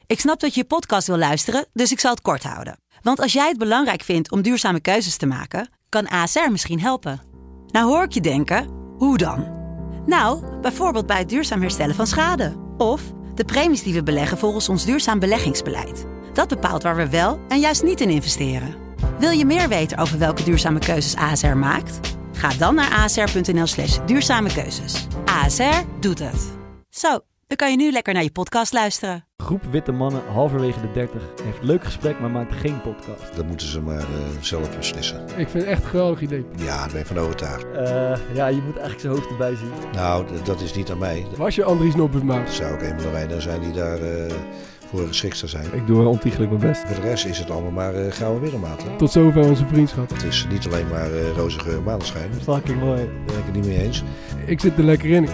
Ik snap dat je podcast wil luisteren, dus ik zal het kort houden. Want als jij het belangrijk vindt om duurzame keuzes te maken, kan ASR misschien helpen. Nou hoor ik je denken, hoe dan? Nou, bijvoorbeeld bij het duurzaam herstellen van schade. Of de premies die we beleggen volgens ons duurzaam beleggingsbeleid. Dat bepaalt waar we wel en juist niet in investeren. Wil je meer weten over welke duurzame keuzes ASR maakt? Ga dan naar asr.nl/duurzame keuzes. ASR doet het. Zo, dan kan je nu lekker naar je podcast luisteren. Groep witte mannen halverwege de 30 heeft leuk gesprek, maar maakt geen podcast. Dat moeten ze maar zelf beslissen. Ik vind het echt een geweldig idee. Ja, daar ben ik van overtuigd. Je moet eigenlijk zijn hoofd erbij zien. Nou, dat is niet aan mij. Was je Andries Noppert maar. Dat zou ook een van de weinigen zijn die daar voor geschikt zou zijn. Ik doe ontiegelijk mijn best. Voor de rest is het allemaal maar gouden middelmaat. Hè? Tot zover onze vriendschap. Het is niet alleen maar roze geur en maneschijn. Fucking mooi. Daar ben ik het niet mee eens. Ik zit er lekker in.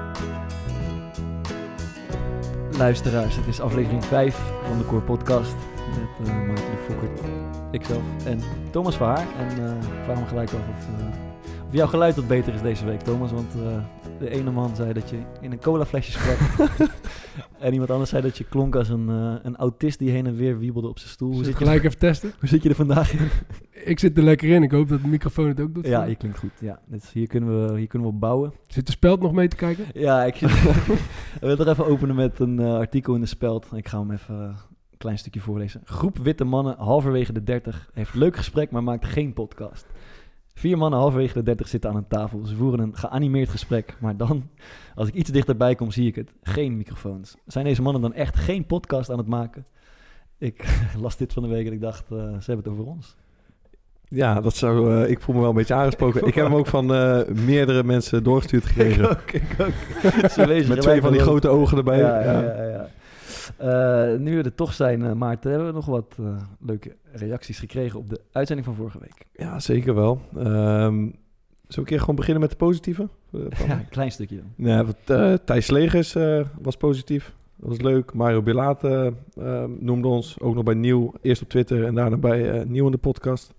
Luisteraars, het is aflevering 5 van de Core Podcast met Maarten de Fokkert, ikzelf en Thomas Verhaar. En vraag me gelijk af of jouw geluid wat beter is deze week, Thomas. Want de ene man zei dat je in een colaflesje sprak en iemand anders zei dat je klonk als een autist die heen en weer wiebelde op zijn stoel. Hoe gelijk even testen? Hoe zit je er vandaag in? Ik zit er lekker in. Ik hoop dat de microfoon het ook doet. Ja, je klinkt goed. Ja. Dus hier kunnen we op bouwen. Zit de Speld nog mee te kijken? Ja, ik wil er even openen met een artikel in de Speld. Ik ga hem even een klein stukje voorlezen. Groep witte mannen halverwege de 30 heeft leuk gesprek, maar maakt geen podcast. 4 mannen halverwege de 30 zitten aan een tafel. Ze voeren een geanimeerd gesprek, maar dan, als ik iets dichterbij kom, zie ik het. Geen microfoons. Zijn deze mannen dan echt geen podcast aan het maken? Ik las dit van de week en ik dacht, ze hebben het over ons. Ja, dat zou. Ik voel me wel een beetje aangesproken. Ik heb hem ook van meerdere mensen doorgestuurd gekregen. Ik ook. Met 2 van die grote ogen erbij. Ja. Nu we er toch zijn, Maarten, hebben we nog wat leuke reacties gekregen op de uitzending van vorige week. Ja, zeker wel. Zullen we een keer gewoon beginnen met de positieve? Ja, een klein stukje dan. Ja, Thijs Legers was positief. Dat was leuk. Mario Bilate noemde ons. Ook nog bij Nieuw. Eerst op Twitter en daarna bij Nieuw in de podcast.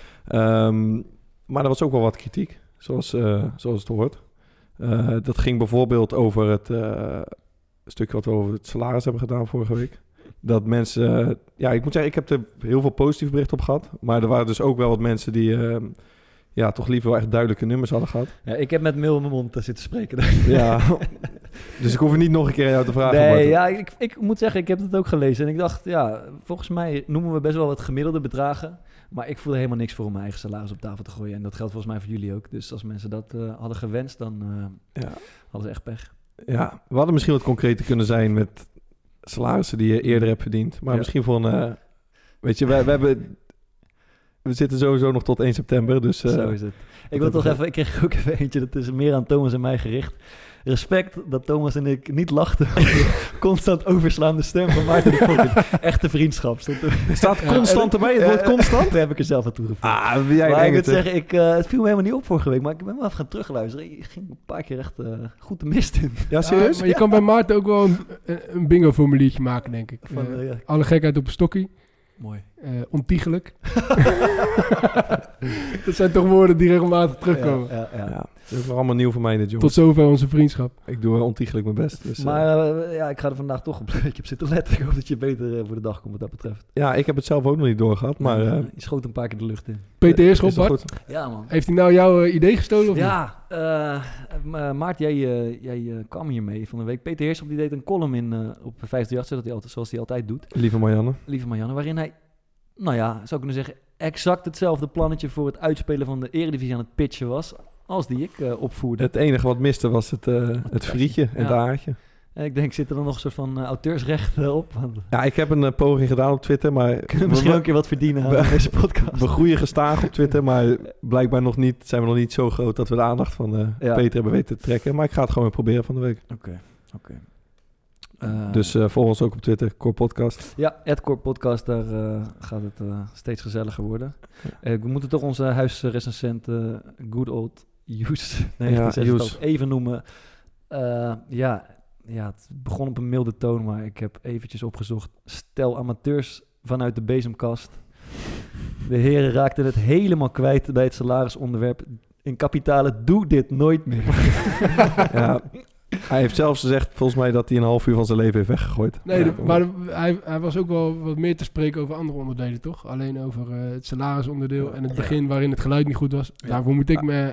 Maar er was ook wel wat kritiek, zoals het hoort. Dat ging bijvoorbeeld over het stukje wat we over het salaris hebben gedaan vorige week. Dat mensen... ik moet zeggen, ik heb er heel veel positieve berichten op gehad. Maar er waren dus ook wel wat mensen die... toch liever wel echt duidelijke nummers hadden gehad. Ja, ik heb met meel in mijn mond zitten spreken. Ja, dus ik hoef het niet nog een keer aan jou te vragen. Nee, ja, ik moet zeggen, ik heb het ook gelezen. En ik dacht, ja, volgens mij noemen we best wel wat gemiddelde bedragen. Maar ik voelde helemaal niks voor om mijn eigen salaris op tafel te gooien. En dat geldt volgens mij voor jullie ook. Dus als mensen dat hadden gewenst, dan hadden ze echt pech. Ja, we hadden misschien wat concreter kunnen zijn met salarissen die je eerder hebt verdiend. Maar misschien voor een... weet je, we zitten sowieso nog tot 1 september, dus... Zo is het. Ik kreeg ook even eentje, dat is meer aan Thomas en mij gericht. Respect dat Thomas en ik niet lachten over de constant overslaande stem van Maarten de Fokkert. Echte vriendschap. Staat constant erbij, het woord constant? Daar heb ik er zelf aan toegevoegd. Maar ik moet zeggen, het viel me helemaal niet op vorige week, maar ik ben wel even gaan terugluisteren. Ik ging een paar keer echt goed de mist in. Ja, serieus? Maar je kan bij Maarten ook wel een bingo-formuliertje maken, denk ik. Alle gekheid op een stokkie. Mooi. Ontiegelijk. Dat zijn toch woorden die regelmatig terugkomen. Ja. Dat is allemaal nieuw voor mij dit, jongens. Tot zover onze vriendschap. Ik doe ontiegelijk mijn best. Dus, maar ik ga er vandaag toch een beetje op zitten letten. Ik hoop dat je beter voor de dag komt wat dat betreft. Ja, ik heb het zelf ook nog niet doorgehad, maar... je schoot een paar keer de lucht in. Peter Heerschop, Bart. Ja, man. Heeft hij nou jouw idee gestolen of niet? Maarten, jij kwam hiermee van de week. Peter Heerschop die deed een column in op 538, zoals hij altijd doet. Lieve Marianne, waarin hij, zou kunnen zeggen, exact hetzelfde plannetje voor het uitspelen van de Eredivisie aan het pitchen was, als die ik opvoerde. Het enige wat miste was het frietje en het aardje. En ik denk, zit er dan nog een soort van auteursrecht op? Ja, ik heb een poging gedaan op Twitter, maar... Kunnen we misschien ook een keer wat verdienen aan deze podcast. We groeien gestaag op Twitter, maar blijkbaar zijn we nog niet zo groot dat we de aandacht van Peter hebben weten te trekken. Maar ik ga het gewoon weer proberen van de week. Oké. Dus volg ons ook op Twitter, Core Podcast. Ja, @Core Podcast, daar gaat het steeds gezelliger worden. We moeten toch onze huisrecensent Good Old Hughes even noemen. Het begon op een milde toon, maar ik heb eventjes opgezocht. Stel amateurs vanuit de bezemkast. De heren raakten het helemaal kwijt bij het salarisonderwerp. In kapitalen, doe dit nooit meer. Ja. Hij heeft zelfs gezegd, volgens mij, dat hij een half uur van zijn leven heeft weggegooid. Nee, maar hij was ook wel wat meer te spreken over andere onderdelen, toch? Alleen over het salarisonderdeel en het begin waarin het geluid niet goed was. Ja. Daarvoor moet ik me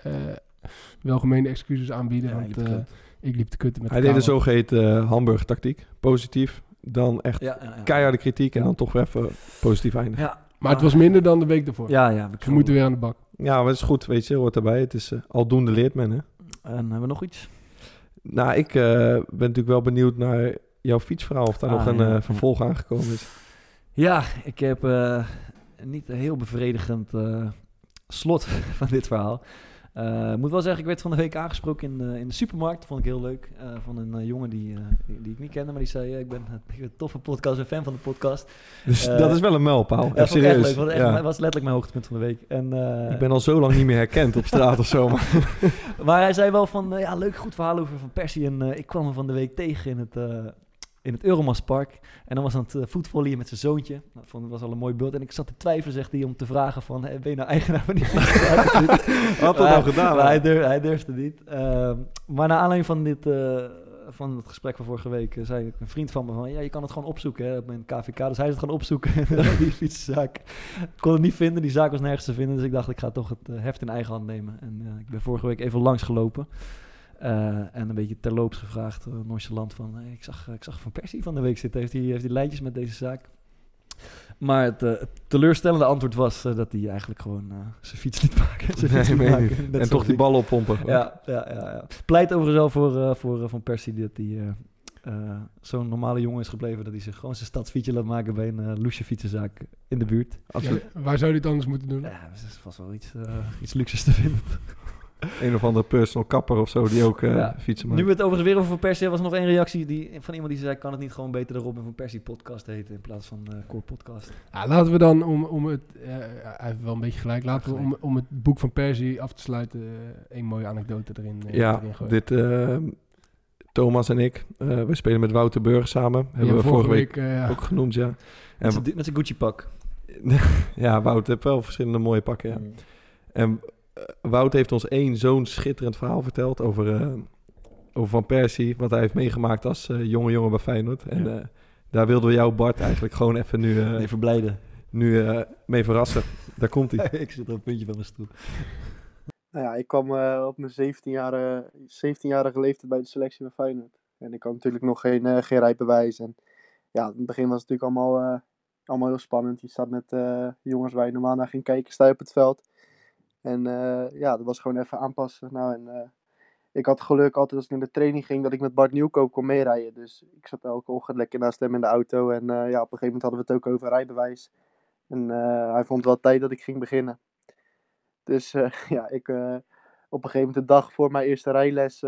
welgemeende excuses aanbieden, Ja, want ik liep te kutten met Hij deed de zogeheten Hamburg-tactiek. Positief, dan echt keiharde kritiek en dan toch weer even positief eindigen. Ja. Maar het was minder dan de week daarvoor. Ja. We moeten weer aan de bak. Ja, maar het is goed, weet je, hoort erbij. Het is aldoende leert men, hè. En hebben we nog iets? Nou, ik ben natuurlijk wel benieuwd naar jouw fietsverhaal, of daar nog een vervolg aangekomen is. Ja, ik heb niet een heel bevredigend slot van dit verhaal. Ik moet wel zeggen, ik werd van de week aangesproken in de supermarkt. Dat vond ik heel leuk. Van een jongen die ik niet kende, maar die zei... ik ben een toffe podcast, een fan van de podcast. Dus dat is wel een mijlpaal. Ja, dat vond ik serieus. echt leuk. Het was letterlijk mijn hoogtepunt van de week. En, ik ben al zo lang niet meer herkend op straat of zo. Maar hij zei wel van... leuk, goed verhaal over Van Persie. En ik kwam hem van de week tegen in het Euromastpark. En dan was hij aan het voetvolleyen met zijn zoontje. Dat was al een mooi beeld. En ik zat te twijfelen, zegt hij, om te vragen van... ben je nou eigenaar van die fiets? Had dat al gedaan? Maar hij durfde niet. Maar naar aanleiding van het gesprek van vorige week... zei een vriend van me van... je kan het gewoon opzoeken hè, op mijn KVK. Dus hij is het gaan opzoeken. Die fietszaak. Ik kon het niet vinden. Die zaak was nergens te vinden. Dus ik dacht, ik ga toch het heft in eigen hand nemen. En ik ben vorige week even langs gelopen. En een beetje terloops gevraagd, nonchalant van... ik zag Van Persie van de week zitten. Heeft hij lijntjes met deze zaak? Maar het teleurstellende antwoord was dat hij eigenlijk gewoon zijn fiets liet maken. En toch die ballen oppompen. Ja. Pleit overigens wel voor Van Persie dat hij zo'n normale jongen is gebleven... dat hij zich gewoon zijn stadsfietsje laat maken bij een loesje fietsenzaak in de buurt. Ja, waar zou hij het anders moeten doen? Ja, er is vast wel iets luxes te vinden. Een of andere personal kapper of zo die ook fietsen maakt. Nu we het overigens weer over Van Persie, was nog één reactie van iemand die zei... kan het niet gewoon beter de Robin van Persie podcast heten in plaats van Core podcast? Ja, laten we dan, om het... hij heeft wel een beetje gelijk. Laten we om het boek van Persie af te sluiten... een mooie anekdote erin gooien. Thomas en ik, we spelen met Wouter Burg samen. Hebben we vorige week ook genoemd, ja. En met zijn Gucci-pak. Ja, Wouter heeft wel verschillende mooie pakken, ja. En Wout heeft ons zo'n schitterend verhaal verteld over Van Persie, wat hij heeft meegemaakt als jonge jongen bij Feyenoord. En daar wilden we jou, Bart, eigenlijk gewoon even nu verblijden. Mee verrassen. Daar komt hij. Ik zit op een puntje van mijn stoel. Nou ja, ik kwam op mijn 17-jarige leeftijd bij de selectie van Feyenoord. En ik had natuurlijk nog geen rijbewijs. En ja, in het begin was het natuurlijk allemaal heel spannend. Je staat met jongens waar je normaal naar ging kijken, sta je op het veld. En dat was gewoon even aanpassen. Ik had geluk altijd als ik naar de training ging dat ik met Bart Nieuwkoop kon meerijden. Dus ik zat elke ochtend lekker naast hem in de auto. En op een gegeven moment hadden we het ook over rijbewijs. En hij vond wel tijd dat ik ging beginnen. Dus ik op een gegeven moment de dag voor mijn eerste rijles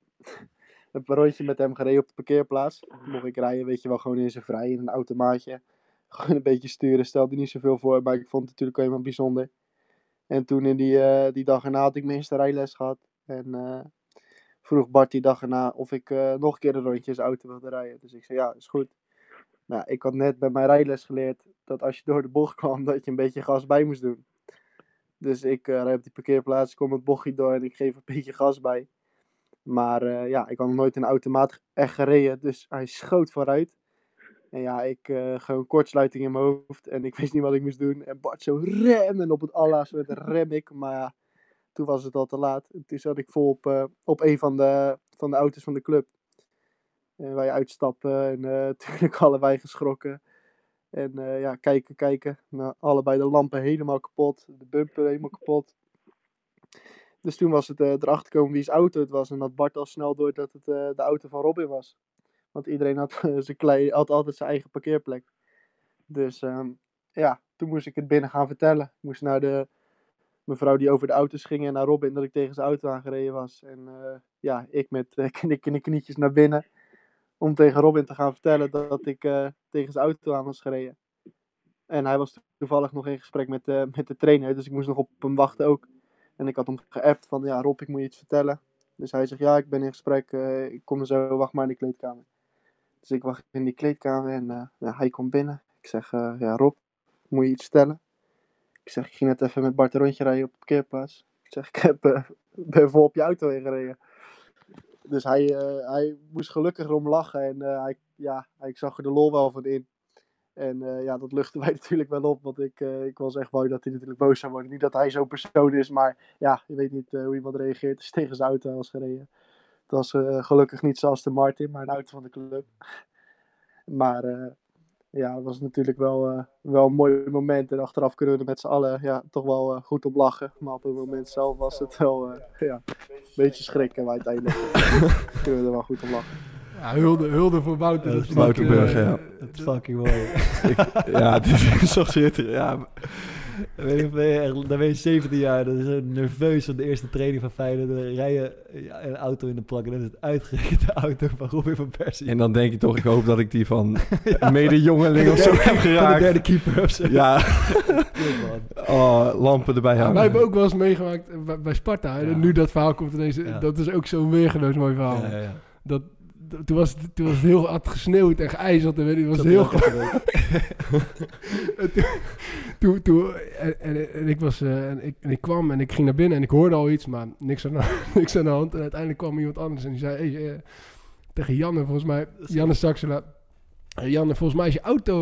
een rondje met hem gereden op de parkeerplaats. Toen mocht ik rijden, weet je wel, gewoon in zijn vrij, in een automaatje. Gewoon een beetje sturen, stelde niet zoveel voor, maar ik vond het natuurlijk helemaal bijzonder. En toen in die dag erna had ik mijn eerste rijles gehad. En vroeg Bart die dag erna of ik nog een keer een rondje in zijn auto wilde rijden. Dus ik zei, ja, is goed. Nou, ik had net bij mijn rijles geleerd dat als je door de bocht kwam, dat je een beetje gas bij moest doen. Dus ik rijd op die parkeerplaats, kom het bochtje door en ik geef een beetje gas bij. Maar ik had nog nooit een automaat echt gereden, dus hij schoot vooruit. En ja, ik gewoon kortsluiting in mijn hoofd en ik wist niet wat ik moest doen. En Bart zo rem en op het allerlaatste rem ik, maar ja, toen was het al te laat. En toen zat ik vol op een van de auto's van de club. Waar je uitstappen en natuurlijk allebei geschrokken. En kijken. Nou, allebei de lampen helemaal kapot. De bumper helemaal kapot. Dus toen was het erachter komen wie's auto het was. En had Bart al snel door dat het de auto van Robin was. Want iedereen had altijd zijn eigen parkeerplek. Dus toen moest ik het binnen gaan vertellen. Ik moest naar de mevrouw die over de auto's ging en naar Robin dat ik tegen zijn auto aangereden was. En ik met knikkende knietjes naar binnen. Om tegen Robin te gaan vertellen dat ik tegen zijn auto aan was gereden. En hij was toevallig nog in gesprek met de trainer. Dus ik moest nog op hem wachten ook. En ik had hem geappt van, ja Rob, ik moet je iets vertellen. Dus hij zegt, ja, ik ben in gesprek. Ik kom er zo, wacht maar in de kleedkamer. Dus ik wacht in die kleedkamer en hij komt binnen. Ik zeg, ja Rob, moet je iets vertellen? Ik zeg, ik ging net even met Bart een rondje rijden op de parkeerplaats. Ik zeg, ik ben vol op je auto heen gereden. Dus hij moest gelukkig erom lachen en ik zag er de lol wel van in. En dat luchtte wij natuurlijk wel op, want ik was echt bang dat hij natuurlijk boos zou worden. Niet dat hij zo'n persoon is, maar ja, je weet niet hoe iemand reageert als je tegen zijn auto was gereden. Het was gelukkig niet zoals de Martin, maar een auto van de club. Maar het was natuurlijk wel een mooi moment. En achteraf kunnen we er met z'n allen toch wel goed op lachen. Maar op het moment zelf was het wel een beetje schrikken. Maar uiteindelijk kunnen we er wel goed op lachen. Ja, hulde voor Wouter. Dat is Wouterburg, ja. Dat is fucking mooi. Het is zo schitterend. Ja. Dan ben je 17 jaar, dan is je nerveus van de eerste training van Feyenoord. Dan rij je een auto in de plak en dan is het uitgerekend de auto van Robin van Persie. En dan denk je toch, ik hoop dat ik die van mede-jongeling of zo heb geraakt. Van de derde keeper of zo. Ja. Lampen erbij hangen. Wij hebben ook wel eens meegemaakt bij Sparta. En nu dat verhaal komt ineens, dat is ook zo'n weergeloos mooi verhaal. Ja. Toen was het heel hard gesneeuwd en geijzeld. En het was heel groot. En ik kwam en ik ging naar binnen en ik hoorde al iets, maar niks aan de hand. En uiteindelijk kwam iemand anders en die zei tegen Janne, volgens mij, Janne Saxela. Janne, volgens mij is je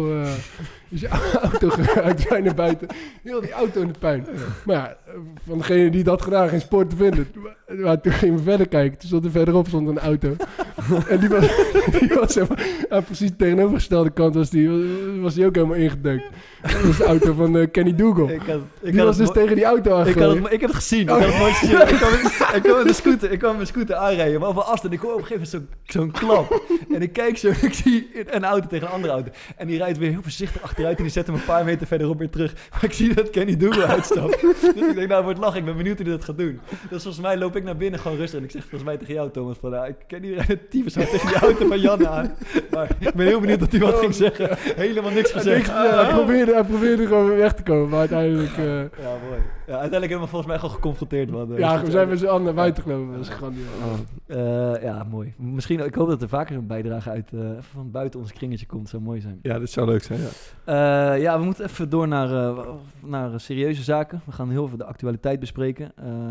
auto geraakt. Wij naar buiten. Heel die auto in de puin. Maar ja, van degene die dat gedaan, geen spoor te vinden. Maar toen gingen we verder kijken. Toen stond er verderop een auto. En die was precies de tegenovergestelde kant. Was die ook helemaal ingedeukt. Dat was de auto van Kenny Dougal. Die was dus tegen die auto aangereden. Ik heb het gezien. Ik kwam mijn scooter aanrijden. Maar op een afstand. Ik hoor op een gegeven moment zo'n klap. En ik kijk zo en ik zie een auto tegen een andere auto. En die rijdt weer heel voorzichtig achteruit. En die zet hem een paar meter verderop weer terug. Maar ik zie dat Kenny Dougal uitstapt. Dus ik denk, wordt lachen. Ik ben benieuwd hoe hij dat gaat doen. Dus volgens mij loop ik naar binnen gewoon rustig. En ik zeg volgens mij tegen jou, Thomas, van ik ken die rijden tyfus hard tegen die auto van Janne aan. Maar ik ben heel benieuwd dat hij wat ging zeggen. Helemaal niks gezegd. Hij probeerde gewoon weer weg te komen. Maar uiteindelijk... Ja, mooi. Ja, uiteindelijk hebben we volgens mij gewoon geconfronteerd. We zijn met z'n allen naar buiten gelopen. Dat is grandioos. Mooi. Misschien, ik hoop dat er vaker een bijdrage uit van buiten ons kringetje komt. Zou mooi zijn. Ja, dat zou leuk zijn, ja. We moeten even door naar serieuze zaken. We gaan heel veel de actualiteit bespreken.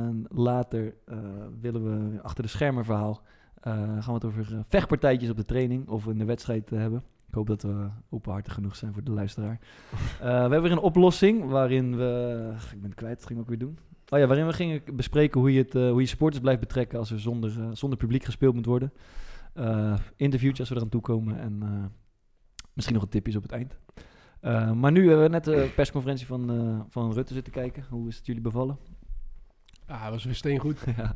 Later willen we achter de schermen verhaal. Gaan we het over vechtpartijtjes op de training of in de wedstrijd hebben. Ik hoop dat we openhartig genoeg zijn voor de luisteraar. We hebben weer een oplossing waarin we... Ik ben het kwijt, wat gingen we ook weer doen? Waarin we gingen bespreken hoe je supporters blijft betrekken als er zonder publiek gespeeld moet worden. Interviewtjes als we eraan toekomen en misschien nog een tipjes op het eind. Maar nu hebben we net de persconferentie van Rutte zitten kijken. Hoe is het jullie bevallen? Dat was weer steengoed. Ja.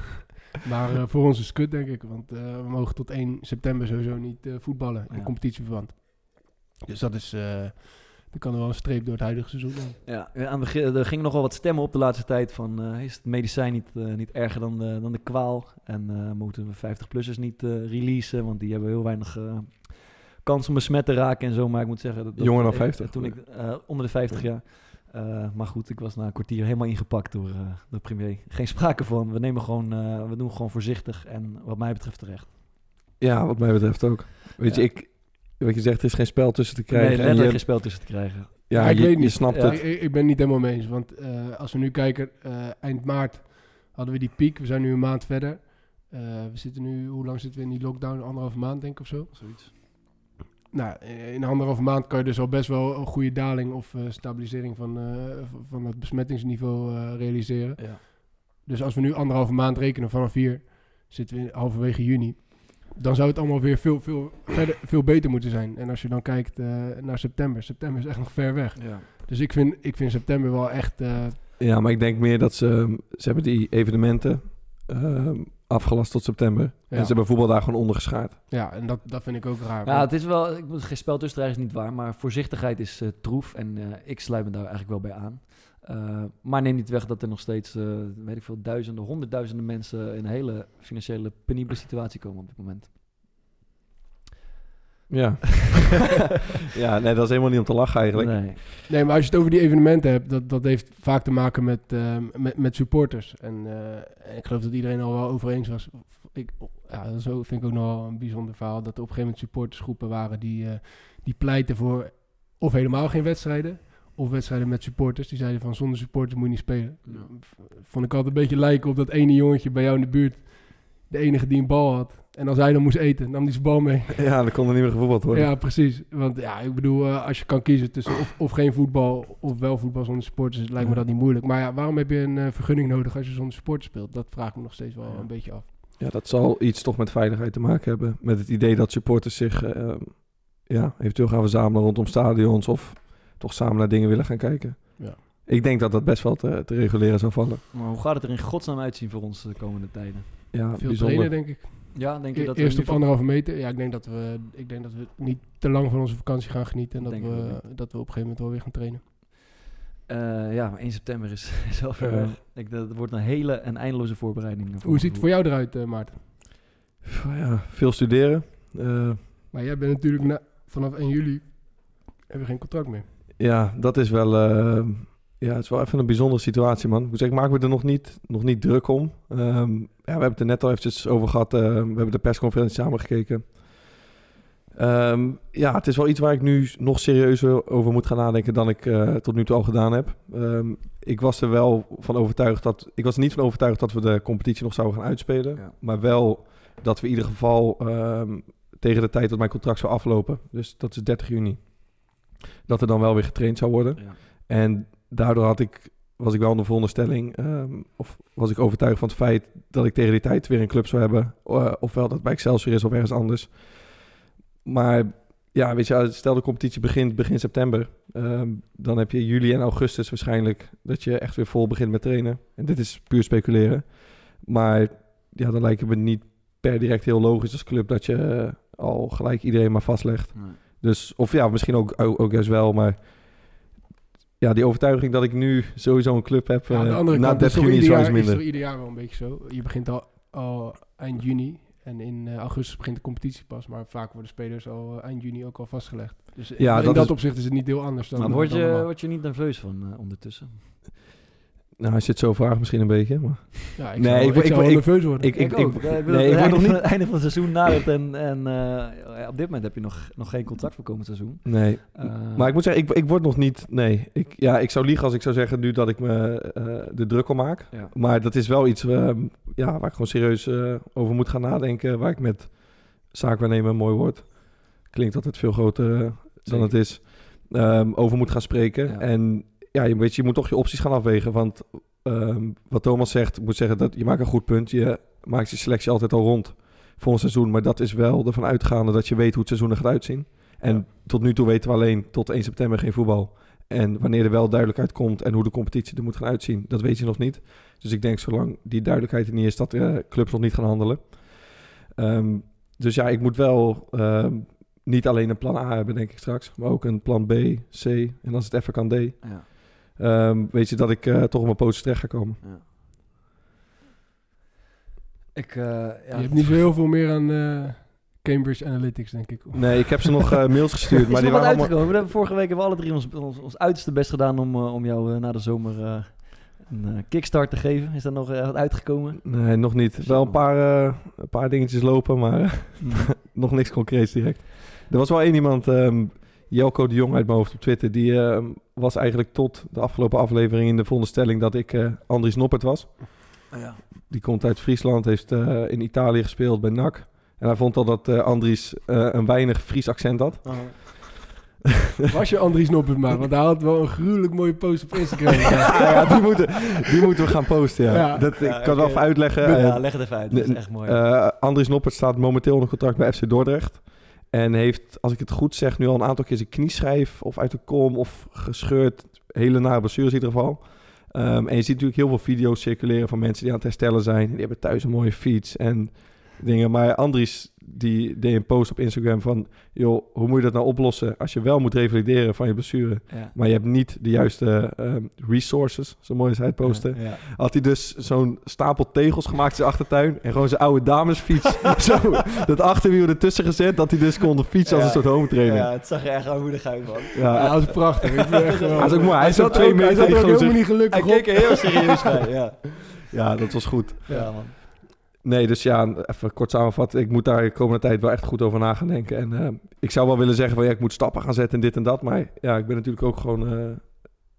Maar voor ons is het kut, denk ik. Want we mogen tot 1 september sowieso niet voetballen in competitieverband. Dus dat is... Dan kan er wel een streep door het huidige seizoen doen. Ja, aan het begin, er gingen nogal wat stemmen op de laatste tijd van... is het medicijn niet erger dan de kwaal? En moeten we 50-plussers niet releasen? Want die hebben heel weinig kans om besmet te raken en zo. Maar ik moet zeggen... Jonger dan 50? Toen ik onder de 50 jaar... maar goed, ik was na een kwartier helemaal ingepakt door de premier. Geen sprake van. We doen gewoon voorzichtig en wat mij betreft terecht. Ja, wat mij betreft ook. Weet je, wat je zegt, er is geen spel tussen te krijgen. Nee, letterlijk geen spel tussen te krijgen. Ja, ik weet niet. Je snapt het. Ik ben niet helemaal mee eens. Want als we nu kijken, eind maart hadden we die piek. We zijn nu een maand verder. We zitten nu, hoe lang zitten we in die lockdown? 1,5 maand, denk ik, of zo? Zoiets. Nou, in 1,5 maand kan je dus al best wel een goede daling of stabilisering van het besmettingsniveau realiseren. Ja. Dus als we nu 1,5 maand rekenen vanaf hier, zitten we halverwege juni. Dan zou het allemaal weer veel beter moeten zijn. En als je dan kijkt naar september. September is echt nog ver weg. Ja. Dus ik vind september wel echt... Ja, maar ik denk meer dat ze hebben die evenementen afgelast tot september. Ja. En ze hebben voetbal daar gewoon ondergeschaard. Ja, en dat vind ik ook raar. Ja, het is wel... Geen spel tussen is niet waar. Maar voorzichtigheid is troef. En ik sluit me daar eigenlijk wel bij aan. Maar neem niet weg dat er nog steeds, weet ik veel, honderdduizenden mensen in een hele financiële penibele situatie komen op dit moment. Ja. Ja, nee, dat is helemaal niet om te lachen eigenlijk. Nee, maar als je het over die evenementen hebt, dat heeft vaak te maken met supporters. En ik geloof dat iedereen al wel over eens was. Zo vind ik ook nog wel een bijzonder verhaal. Dat er op een gegeven moment supportersgroepen waren die pleiten voor of helemaal geen wedstrijden. Of wedstrijden met supporters. Die zeiden van zonder supporters moet je niet spelen. Ja. Vond ik altijd een beetje lijken op dat ene jongetje bij jou in de buurt. de enige die een bal had. En als hij dan moest eten, nam hij zijn bal mee. Ja, dan kon er niet meer gevoetbald worden. Ja, precies. Want ja, ik bedoel, als je kan kiezen tussen of geen voetbal of wel voetbal zonder supporters, lijkt me dat niet moeilijk. Maar ja, waarom heb je een vergunning nodig als je zonder supporters speelt? Dat vraag ik me nog steeds wel een beetje af. Ja, dat zal iets toch met veiligheid te maken hebben. Met het idee dat supporters zich eventueel gaan verzamelen rondom stadions of toch samen naar dingen willen gaan kijken. Ja. Ik denk dat dat best wel te reguleren zou vallen. Maar hoe gaat het er in godsnaam uitzien voor ons de komende tijden? Ja, veel bijzonder. trainen, denk ik. Ja, denk je dat eerst op 1,5 meter. Ja, ik denk dat we niet te lang van onze vakantie gaan genieten. En dat we op een gegeven moment wel weer gaan trainen. Maar 1 september is wel ver weg. Ik denk dat het wordt een hele en eindeloze voorbereiding. Hoe ziet het voor jou eruit, Maarten? Ja, veel studeren. Maar jij bent natuurlijk vanaf 1 juli heb je geen contract meer. Ja, dat is wel... het is wel even een bijzondere situatie, man. Ik moet zeggen, ik maak me er nog niet druk om. We hebben het er net al eventjes over gehad. We hebben de persconferentie samen gekeken. Het is wel iets waar ik nu nog serieuzer over moet gaan nadenken dan ik tot nu toe al gedaan heb. Ik was er wel van overtuigd ik was er niet van overtuigd dat we de competitie nog zouden gaan uitspelen. Ja. Maar wel dat we in ieder geval tegen de tijd dat mijn contract zou aflopen, dus dat is 30 juni, dat er dan wel weer getraind zou worden. Ja. En daardoor was ik wel in de veronderstelling, of was ik overtuigd van het feit dat ik tegen die tijd weer een club zou hebben. Ofwel dat bij Excelsior is of ergens anders. Maar ja, weet je, stel de competitie begint begin september. Dan heb je juli en augustus waarschijnlijk dat je echt weer vol begint met trainen. En dit is puur speculeren. Maar ja, dan lijkt het me niet per direct heel logisch als club dat je al gelijk iedereen maar vastlegt. Nee. Dus, of ja, misschien ook juist wel, maar... Ja, die overtuiging dat ik nu sowieso een club heb na 30 juni is wel eens minder. Is er ieder jaar wel een beetje zo. Je begint al eind juni en in augustus begint de competitie pas. Maar vaak worden spelers al eind juni ook al vastgelegd. Dus in dat opzicht is het niet heel anders dan... Maar word je niet nerveus van ondertussen? Nou, als je het zo vraagt misschien een beetje, maar... Ja, ik zou wel nerveus worden. Ik word nog niet het einde van het seizoen nadert en op dit moment heb je nog geen contract voor komend seizoen. Nee, maar ik moet zeggen, ik word nog niet... Nee, ik zou liegen als ik zou zeggen nu dat ik me de druk om maak. Ja. Maar dat is wel iets waar ik gewoon serieus over moet gaan nadenken, waar ik met zaakwaarnemer, een mooi woord, klinkt altijd veel groter dan het is, over moet gaan spreken. Ja. En... Ja, je moet toch je opties gaan afwegen. Want wat Thomas zegt, moet zeggen dat je maakt een goed punt. Je maakt je selectie altijd al rond voor een seizoen. Maar dat is wel ervan uitgaande dat je weet hoe het seizoen er gaat uitzien. En tot nu toe weten we alleen tot 1 september geen voetbal. En wanneer er wel duidelijkheid komt en hoe de competitie er moet gaan uitzien, dat weet je nog niet. Dus ik denk zolang die duidelijkheid er niet is, dat de clubs nog niet gaan handelen. Dus ja, ik moet wel... niet alleen een plan A hebben, denk ik straks. Maar ook een plan B, C en als het even kan D. Ja. Weet je dat ik toch op mijn pootjes terecht ga komen. Ja. Je hebt niet zo heel veel meer aan Cambridge Analytics, denk ik. Nee, ik heb ze nog mails gestuurd. Maar die waren uitgekomen. We hebben vorige week alle drie ons uiterste best gedaan om jou na de zomer een kickstart te geven. Is dat nog uitgekomen? Nee, nog niet. Wel een paar dingetjes lopen, maar nog niks concreets direct. Er was wel één iemand... Jelko de Jong uit mijn hoofd op Twitter, die was eigenlijk tot de afgelopen aflevering in de veronderstelling dat ik Andries Noppert was. Oh ja. Die komt uit Friesland, heeft in Italië gespeeld bij NAC. En hij vond al dat Andries een weinig Fries accent had. Was je Andries Noppert maar, want hij had wel een gruwelijk mooie post op Instagram. Die moeten we gaan posten, ja. Ik kan het wel even uitleggen. Ja, leg het even uit, dat is echt mooi. Andries Noppert staat momenteel onder contract bij FC Dordrecht. En heeft, als ik het goed zeg, nu al een aantal keer zijn knieschijf of uit de kom of gescheurd. Hele nare blessures in ieder geval. En je ziet natuurlijk heel veel video's circuleren van mensen die aan het herstellen zijn. En die hebben thuis een mooie fiets en dingen. Maar Andries, die deed een post op Instagram van... joh, hoe moet je dat nou oplossen als je wel moet revalideren van je blessure... Ja. maar je hebt niet de juiste resources, zo mooi als hij het postte. Ja. Had hij dus zo'n stapel tegels gemaakt in zijn achtertuin... en gewoon zijn oude damesfiets zo dat achterwiel ertussen gezet... dat hij dus kon fietsen als een soort home trainer. Ja, het zag er echt armoedig uit, man. Ja, dat is prachtig. Ik ben echt, dat is ook mooi. Hij is ook 2 meter. Hij zat ook helemaal niet gelukkig op. Hij keek er heel serieus bij, ja. Ja, dat was goed. Ja, man. Nee, dus ja, even kort samenvatten. Ik moet daar de komende tijd wel echt goed over na gaan denken. En ik zou wel willen zeggen van ik moet stappen gaan zetten en dit en dat. Maar ja, ik ben natuurlijk ook gewoon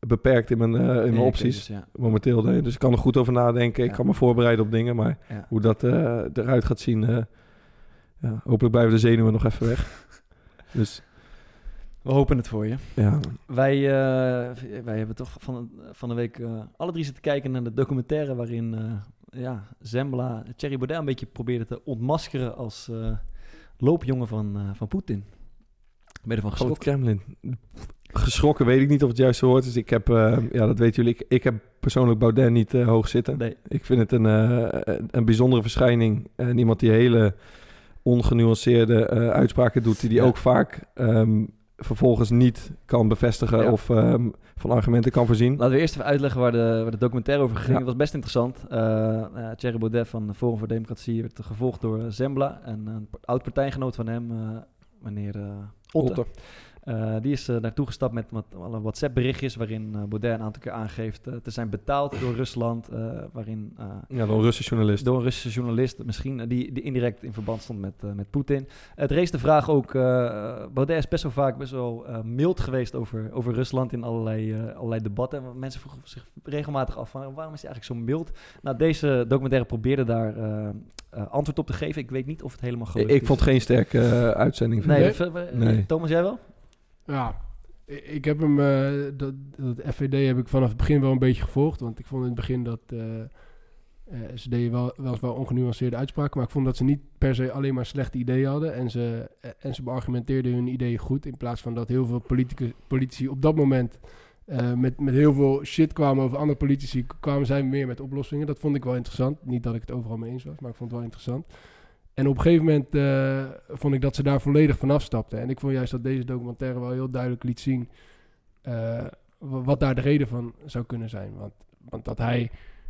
beperkt in mijn opties momenteel. Dus ik kan er goed over nadenken. Ik kan me voorbereiden op dingen, maar hoe dat eruit gaat zien... hopelijk blijven de zenuwen nog even weg. Dus... We hopen het voor je. Ja. Wij hebben toch van de week alle drie zitten kijken naar de documentaire waarin Zembla Thierry Baudet een beetje probeerde te ontmaskeren als loopjongen van Poetin. Ben je ervan geschrokken? Kremlin. Geschrokken weet ik niet of het juiste woord is. Ik heb, dat weten jullie, ik heb persoonlijk Baudet niet hoog zitten. Nee. Ik vind het een bijzondere verschijning. En iemand die hele ongenuanceerde uitspraken doet, die ook vaak... vervolgens niet kan bevestigen of van argumenten kan voorzien. Laten we eerst even uitleggen waar de documentaire over ging. Het was best interessant. Thierry Baudet van Forum voor Democratie werd gevolgd door Zembla en een oud-partijgenoot van hem, meneer Otte. Die is naartoe gestapt met alle WhatsApp-berichtjes waarin Baudet een aantal keer aangeeft te zijn betaald door Rusland. Waarin, door een Russische journalist. Door een Russische journalist, misschien, die indirect in verband stond met Poetin. Het rees de vraag ook, Baudet is best wel mild geweest over Rusland in allerlei debatten. Mensen vroegen zich regelmatig af van waarom is hij eigenlijk zo mild? Nou, deze documentaire probeerde daar antwoord op te geven. Ik weet niet of het helemaal gelukt is. Ik vond geen sterke uitzending. Nee. Thomas, jij wel? Ja, ik heb hem, dat FVD heb ik vanaf het begin wel een beetje gevolgd. Want ik vond in het begin dat ze deden wel ongenuanceerde uitspraken. Maar ik vond dat ze niet per se alleen maar slechte ideeën hadden. En ze beargumenteerden hun ideeën goed. In plaats van dat heel veel politici op dat moment met heel veel shit kwamen over andere politici. Kwamen zij meer met oplossingen. Dat vond ik wel interessant. Niet dat ik het overal mee eens was, maar ik vond het wel interessant. En op een gegeven moment vond ik dat ze daar volledig vanaf stapten. En ik vond juist dat deze documentaire wel heel duidelijk liet zien wat daar de reden van zou kunnen zijn. Want dat hij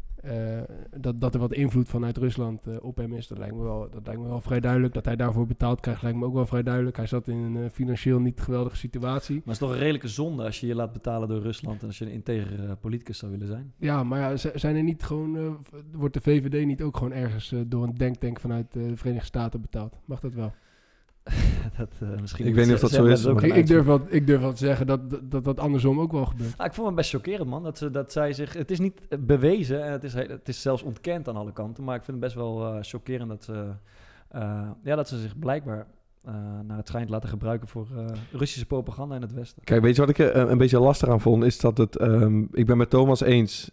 dat er wat invloed vanuit Rusland op hem is, dat lijkt me wel vrij duidelijk. Dat hij daarvoor betaald krijgt, lijkt me ook wel vrij duidelijk. Hij zat in een financieel niet geweldige situatie. Maar het is toch een redelijke zonde als je je laat betalen door Rusland en als je een integer politicus zou willen zijn? Ja, maar zijn er niet gewoon, wordt de VVD niet ook gewoon ergens door een denktank vanuit de Verenigde Staten betaald? Mag dat wel? Misschien ik weet niet of dat zo is. Ik durf wel te zeggen dat andersom ook wel gebeurt. Ik vond het best chockerend, man. Dat zij zich... Het is niet bewezen en het is zelfs ontkend aan alle kanten. Maar ik vind het best wel chockerend dat ze zich blijkbaar naar het schijnt laten gebruiken voor Russische propaganda in het Westen. Kijk, weet je wat ik een beetje lastig aan vond? Is dat het... ik ben met Thomas eens...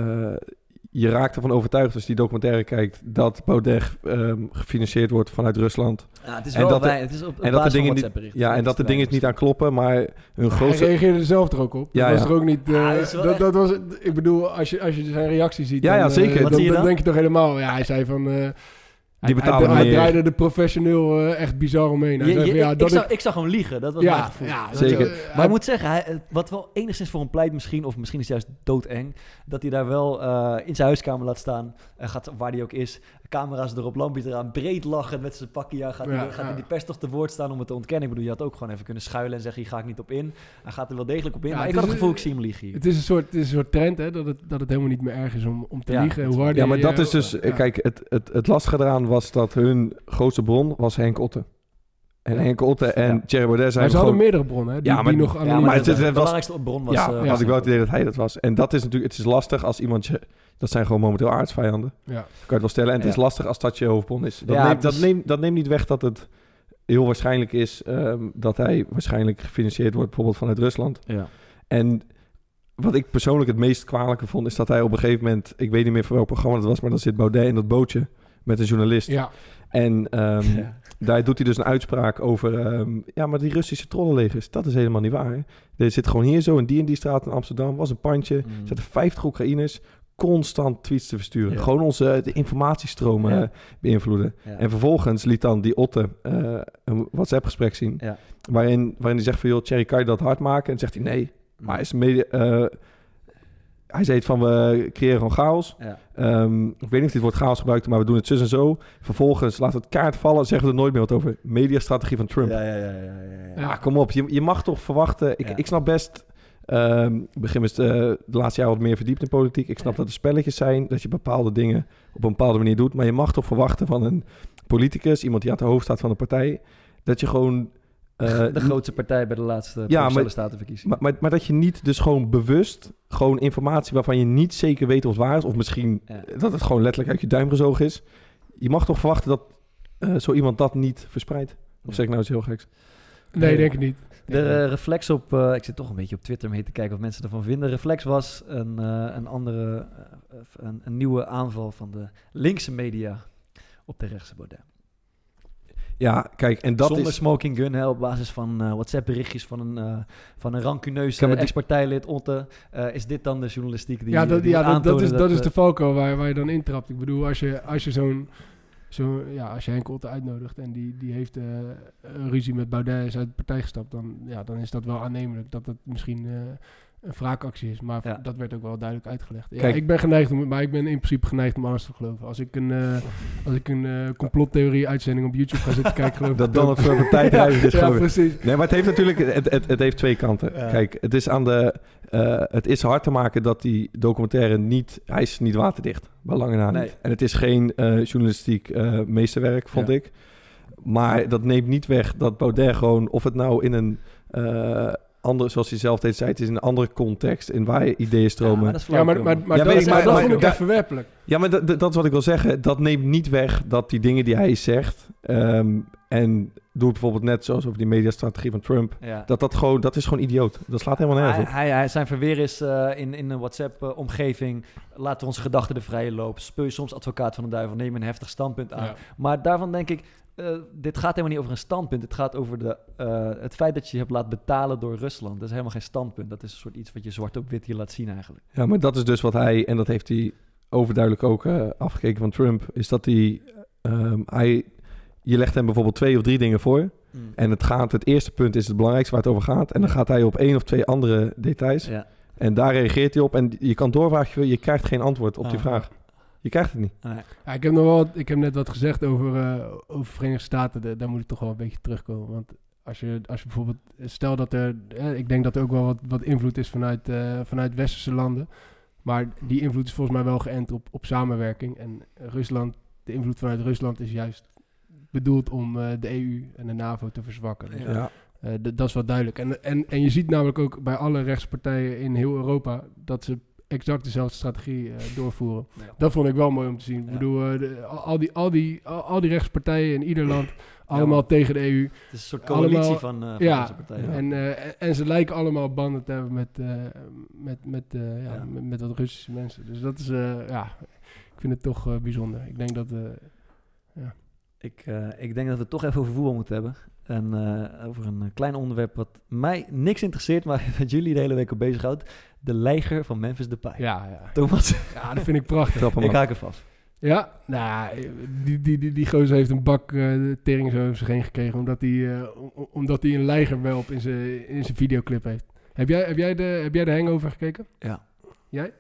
je raakt ervan overtuigd als je die documentaire kijkt dat Baudet gefinancierd wordt vanuit Rusland. Ja, het is wel het is op basis van WhatsApp-berichten. Ja, en dat de dingen niet aan kloppen, maar hun grootste... Hij reageerde er zelf er ook op. Ja, dat was er ook niet... dat was, ik bedoel, als je zijn reactie ziet... Ja, zeker. Dan denk je toch helemaal... Ja, hij zei van... Die betalen hij draaide de professioneel echt bizar omheen. Ik zag hem liegen, dat was mijn gevoel. Ja, zeker. Maar ik moet zeggen, wat wel enigszins voor hem pleit misschien... of misschien is het juist doodeng... dat hij daar wel in zijn huiskamer laat staan... gaat waar hij ook is... camera's erop, lampjes eraan... breed lachen met zijn pakje... gaat hij die pers toch te woord staan om het te ontkennen. Ik bedoel, je had ook gewoon even kunnen schuilen... en zeggen, hier ga ik niet op in. Hij gaat er wel degelijk op in. Maar ik had het gevoel, ik zie hem liegen hier. Het is een soort trend, hè, dat het helemaal niet meer erg is om te liegen. Ja, maar dat is dus... Kijk, het lastige eraan was dat hun grootste bron was Henk Otte. En Henk Otte en Thierry Baudet zijn... Maar ze hadden meerdere bronnen, hè? Maar de belangrijkste bron was... had ik wel het idee dat hij dat was. En dat is natuurlijk... Het is lastig als iemand... Dat zijn gewoon momenteel aardsvijanden. Ja. Kan je het wel stellen. En het is lastig als dat je hoofdbron is. Dat neemt niet weg dat het heel waarschijnlijk is... dat hij waarschijnlijk gefinancierd wordt... bijvoorbeeld vanuit Rusland. Ja. En wat ik persoonlijk het meest kwalijke vond... is dat hij op een gegeven moment... Ik weet niet meer voor welk programma het was... maar dan zit Baudet in dat bootje... met een journalist. Ja. En daar doet hij dus een uitspraak over... maar die Russische trollenlegers, dat is helemaal niet waar. Er zit gewoon hier zo in die straat in Amsterdam... was een pandje, er zaten 50 Oekraïners... constant tweets te versturen. Ja. Gewoon de informatiestromen beïnvloeden. Ja. En vervolgens liet dan die Otte een WhatsApp-gesprek zien... waarin hij zegt van... joh, Thierry, kan je dat hard maken? En zegt hij nee. Maar is hij zei het van, we creëren gewoon chaos. Ja. Ik weet niet of dit woord chaos gebruikt, maar we doen het zus en zo. Vervolgens laten we het kaart vallen, zeggen we er nooit meer wat over. Mediastrategie van Trump. Ja, kom op. Je mag toch verwachten... Ik snap best... ik begin dus de laatste jaren wat meer verdiept in politiek. Ik snap dat er spelletjes zijn, dat je bepaalde dingen op een bepaalde manier doet. Maar je mag toch verwachten van een politicus, iemand die aan het hoofd staat van een partij, dat je gewoon De grootste partij bij de laatste Provinciale Statenverkiezingen. Maar dat je niet dus gewoon bewust... gewoon informatie waarvan je niet zeker weet of het waar is... of misschien dat het gewoon letterlijk uit je duim gezogen is. Je mag toch verwachten dat zo iemand dat niet verspreidt? Of zeg ik nou iets heel geks? Nee, denk ik niet. De reflex op... ik zit toch een beetje op Twitter mee te kijken wat mensen ervan vinden. Reflex was een nieuwe aanval van de linkse media op de rechtse Baudet. Ja, kijk, en dat Zonder is... smoking gun, op basis van WhatsApp-berichtjes van een rancuneus ex-partijlid, Otte. Is dit dan de journalistiek die dat is de valkuil waar je dan intrapt. Ik bedoel, als je als je Henk Otte uitnodigt en die heeft een ruzie met Baudet, is uit de partij gestapt, dan is dat wel aannemelijk dat het misschien een wraakactie is. Maar dat werd ook wel duidelijk uitgelegd. Ja, Kijk, ik ben in principe geneigd om alles te geloven. Als ik een complottheorie uitzending op YouTube ga zitten kijken, geloof ik dat dan het voor een tijdreizen is. Ja, precies. Nee, maar het heeft natuurlijk... Het heeft twee kanten. Ja. Kijk, het is het is hard te maken dat die documentaire niet... Hij is niet waterdicht. Bij lange na niet. En het is geen journalistiek meesterwerk, vond ik. Maar dat neemt niet weg dat Baudet gewoon... Of het nou in een... andere, zoals hij zelf deed, zei, het is in een andere context in waar je ideeën stromen. Dat vond ik echt verwerpelijk. Ja, maar dat is wat ik wil zeggen. Dat neemt niet weg dat die dingen die hij zegt... en doe het bijvoorbeeld net zoals over die mediastrategie van Trump... Dat is gewoon idioot. Dat slaat helemaal nergens op. Zijn verweer is in een WhatsApp-omgeving... laten we onze gedachten de vrije loop. Speel je soms advocaat van de duivel, neem een heftig standpunt aan. Ja. Maar daarvan denk ik... dit gaat helemaal niet over een standpunt. Het gaat over het feit dat je hebt laten betalen door Rusland. Dat is helemaal geen standpunt. Dat is een soort iets wat je zwart op wit hier laat zien eigenlijk. Ja, maar dat is dus wat hij... en dat heeft hij overduidelijk ook afgekeken van Trump... is dat je legt hem bijvoorbeeld 2 of 3 dingen voor... en het eerste punt is het belangrijkste waar het over gaat... en dan gaat hij op 1 of 2 andere details... Ja. En daar reageert hij op... en je kan doorvragen, je krijgt geen antwoord op die vraag. Je krijgt het niet. Ja, ik heb net wat gezegd over Verenigde Staten. Daar moet ik toch wel een beetje terugkomen. Want als je bijvoorbeeld... Stel dat ik denk dat er ook wel wat invloed is vanuit westerse landen. Maar die invloed is volgens mij wel geënt op samenwerking. En de invloed vanuit Rusland is juist bedoeld om de EU en de NAVO te verzwakken. Dus, dat is wel duidelijk. En je ziet namelijk ook bij alle rechtspartijen in heel Europa... dat ze exact dezelfde strategie doorvoeren. Ja. Dat vond ik wel mooi om te zien. Ja. Ik bedoel, al die rechtspartijen in ieder land, allemaal tegen de EU. Het is een soort coalitie van deze partijen. Ja. En ze lijken allemaal banden te hebben met wat Russische mensen. Dus dat is, ik vind het toch bijzonder. Ik denk dat, Ik denk dat we het toch even over voetbal moeten hebben. En over een klein onderwerp wat mij niks interesseert, maar wat jullie de hele week op bezighoudt. De leiger van Memphis Depay. Ja. Thomas? Ja, dat vind ik prachtig. Ik haak even af. Ja, die gozer heeft een bak tering zo over zich heen gekregen, omdat hij een leigerwelp in zijn videoclip heeft. Heb jij de Hangover gekeken? Ja. Jij?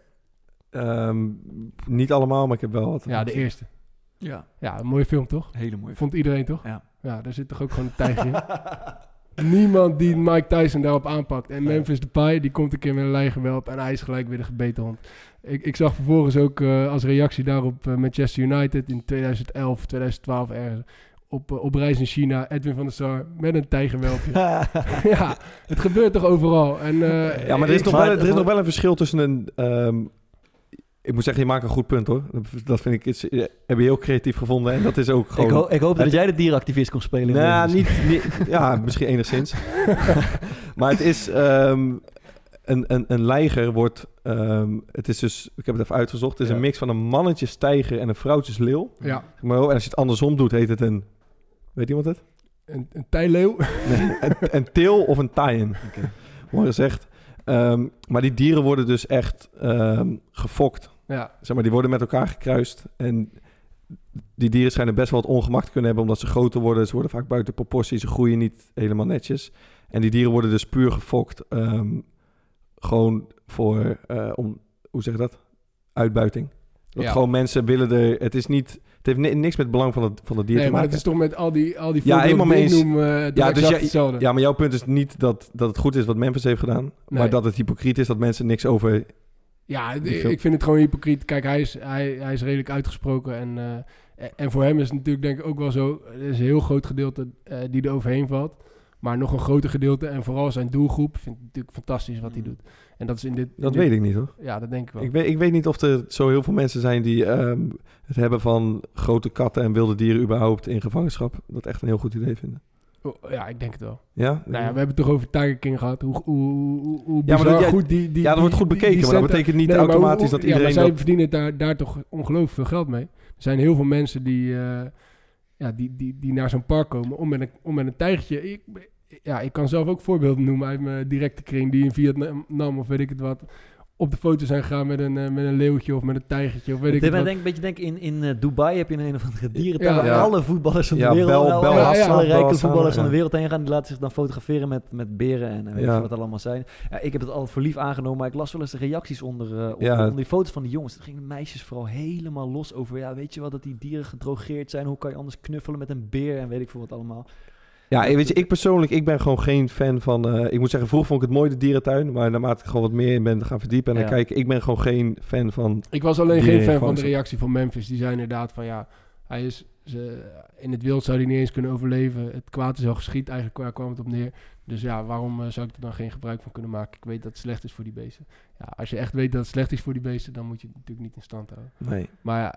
Niet allemaal, maar ik heb wel wat. Ja, de eerste. Ja, een mooie film, toch? Hele mooie. Vond iedereen, toch? Ja, daar zit toch ook gewoon een tijger in. Niemand die Mike Tyson daarop aanpakt. En Memphis Depay, die komt een keer met een leigerwelp en hij is gelijk weer de gebeten hond. Ik zag vervolgens ook als reactie daarop Manchester United in 2011, 2012 ergens. Op reis in China, Edwin van der Sar met een tijgerwelpje. Ja, het gebeurt toch overal. En, maar er is nog wel een verschil tussen een... ik moet zeggen, je maakt een goed punt hoor. Dat vind ik heb je heel creatief gevonden. En dat is ook gewoon... Ik hoop dat jij de dierenactivist kon spelen. Ja, misschien enigszins. Maar het is... een leiger wordt... het is dus... Ik heb het even uitgezocht. Het is een mix van een mannetjestijger en een vrouwtjesleeuw. Ja. Maar en als je het andersom doet, heet het een... Weet iemand het? Een tijleeuw? Nee, een til of een taaien. Okay. Mooi gezegd. Maar die dieren worden dus echt gefokt. Ja. Zeg maar, die worden met elkaar gekruist. En die dieren schijnen best wel wat ongemak te kunnen hebben... omdat ze groter worden. Ze worden vaak buiten proportie. Ze groeien niet helemaal netjes. En die dieren worden dus puur gefokt. Gewoon voor... hoe zeg je dat? Uitbuiting. Dat gewoon mensen willen er... Het is niet... Het heeft niks met het belang van het dier te maken. Nee, maar het is toch met al die helemaal mee eens. Hetzelfde. Ja, maar jouw punt is niet dat het goed is wat Memphis heeft gedaan. Nee. Maar dat het hypocriet is dat mensen niks over... Ja, ik vind het gewoon hypocriet. Kijk, hij is redelijk uitgesproken. En voor hem is het natuurlijk denk ik ook wel zo... Er is een heel groot gedeelte die er overheen valt. Maar nog een groter gedeelte en vooral zijn doelgroep vind ik natuurlijk fantastisch wat hij doet. En dat is Dat weet ik niet, hoor. Ja, dat denk ik wel. Ik weet niet of er zo heel veel mensen zijn die het hebben van grote katten en wilde dieren überhaupt in gevangenschap. Dat echt een heel goed idee vinden. Ja, ik denk het wel. Ja? Nou ja, we hebben het toch over Tiger King gehad. Hoe Ja, maar bizar dat- goed die Ja, dat wordt goed bekeken, maar dat betekent niet maar automatisch dat iedereen... Ja, maar zij dat... verdienen daar toch ongelooflijk veel geld mee. Er zijn heel veel mensen die naar zo'n park komen om met een tijgertje... Ik kan zelf ook voorbeelden noemen uit mijn directe kring... die in Vietnam of weet ik het wat... op de foto zijn gegaan met een leeuwtje of met een tijgertje of weet ik het wat. Een beetje denken, in Dubai heb je een of andere dierentuin... waar Ja. alle voetballers van de Ja, wereld... alle rijke Bel voetballers van de ja. wereld heen gaan... die laten zich dan fotograferen met beren en weet Ja. je wat het allemaal zijn. Ja, ik heb het altijd voor lief aangenomen... maar ik las wel eens de reacties onder Ja. die foto's van die jongens. Dan gingen de meisjes vooral helemaal los over... ja, weet je wel, dat die dieren gedrogeerd zijn... hoe kan je anders knuffelen met een beer en weet ik veel wat allemaal... Ja, weet je, ik persoonlijk, ik ben gewoon geen fan van... ik moet zeggen, vroeger vond ik het mooi, de dierentuin. Maar naarmate ik gewoon wat meer in ben gaan verdiepen en dan kijken... Ik ben gewoon geen fan van... Ik was alleen dieren geen fan in van de gevangenschap. reactie van Memphis. Die zei inderdaad van hij is... in het wild zou hij niet eens kunnen overleven. Het kwaad is al geschied, eigenlijk waar kwam het op neer. Dus ja, waarom zou ik er dan geen gebruik van kunnen maken? Ik weet dat het slecht is voor die beesten. Ja, als je echt weet dat het slecht is voor die beesten... dan moet je het natuurlijk niet in stand houden. Nee. Maar ja,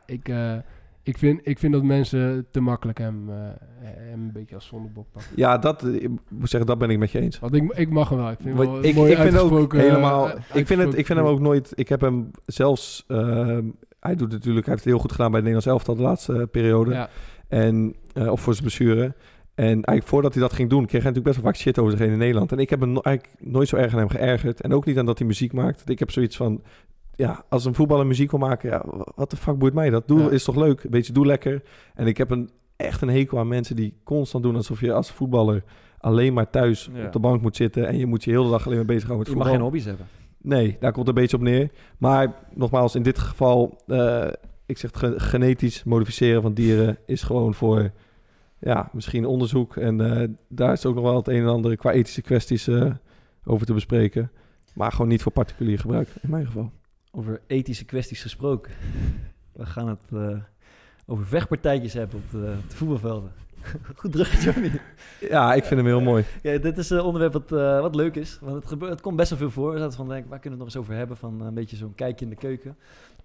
ik vind dat mensen te makkelijk hem een beetje als zondebok pakken. Ja, ik moet zeggen, dat ben ik met je eens. Want ik mag hem wel. Ik vind hem wel Ik mooi vind ook uitgesproken, helemaal... Ik vind uitgesproken hem ook nooit... Ik heb hem zelfs... hij heeft het heel goed gedaan bij het Nederlands elftal de laatste periode. Ja. En, of voor zijn blessure. En eigenlijk voordat hij dat ging doen, kreeg hij natuurlijk best wel vaak shit over zich heen in Nederland. En ik heb me eigenlijk nooit zo erg aan hem geërgerd. En ook niet aan dat hij muziek maakt. Ik heb zoiets van... Ja, als een voetballer muziek wil maken, ja, wat de fuck boeit mij dat? Is toch leuk? Een beetje doe lekker. En ik heb echt een hekel aan mensen die constant doen alsof je als voetballer alleen maar thuis op de bank moet zitten en je moet je heel de dag alleen maar bezighouden met Je mag voetbal. geen hobby's hebben. Nee, daar komt het een beetje op neer. Maar nogmaals, in dit geval, ik zeg genetisch modificeren van dieren is gewoon voor misschien onderzoek. En daar is ook nog wel het een en ander qua ethische kwesties over te bespreken. Maar gewoon niet voor particulier gebruik, in mijn geval. Over ethische kwesties gesproken. We gaan het over vechtpartijtjes hebben op de voetbalvelden. Goed druggetje of niet? Ja, ik vind hem heel mooi. Ja, dit is een onderwerp wat leuk is. Want het komt best wel veel voor. We zaten van denken, waar kunnen we het nog eens over hebben? Van een beetje zo'n kijkje in de keuken.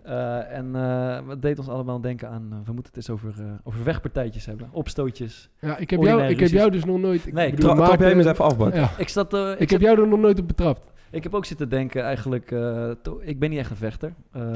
Het deed ons allemaal denken aan... we moeten het eens over vechtpartijtjes hebben. Opstootjes. Ja, ik heb jou dus nog nooit... Nee, trap jij hem eens even af, Bart. Ja. Ik heb jou er nog nooit op betrapt. Ik heb ook zitten denken eigenlijk... ik ben niet echt een vechter.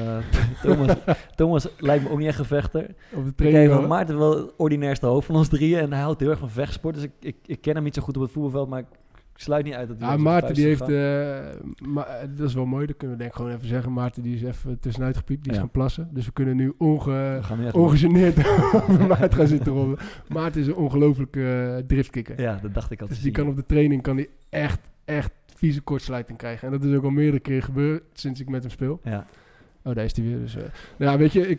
Thomas lijkt me ook niet echt een vechter. Op de training wel. Maarten wel het ordinairste hoofd van ons drieën. En hij houdt heel erg van vechtsport. Dus ik ken hem niet zo goed op het voetbalveld. Maar ik sluit niet uit dat hij... Ja, Maarten die heeft... dat is wel mooi. Dat kunnen we denk ik gewoon even zeggen. Maarten die is even tussenuit gepiept. Die is gaan plassen. Dus we kunnen nu ongegeneerd over Maarten gaan zitten rollen. Maarten is een ongelofelijke driftkikker. Ja, dat dacht ik al. Dus die kan op de training echt vieze kortsluiting krijgen. En dat is ook al meerdere keren gebeurd sinds ik met hem speel. Ja. Oh, daar is hij weer. Dus, ja, weet je,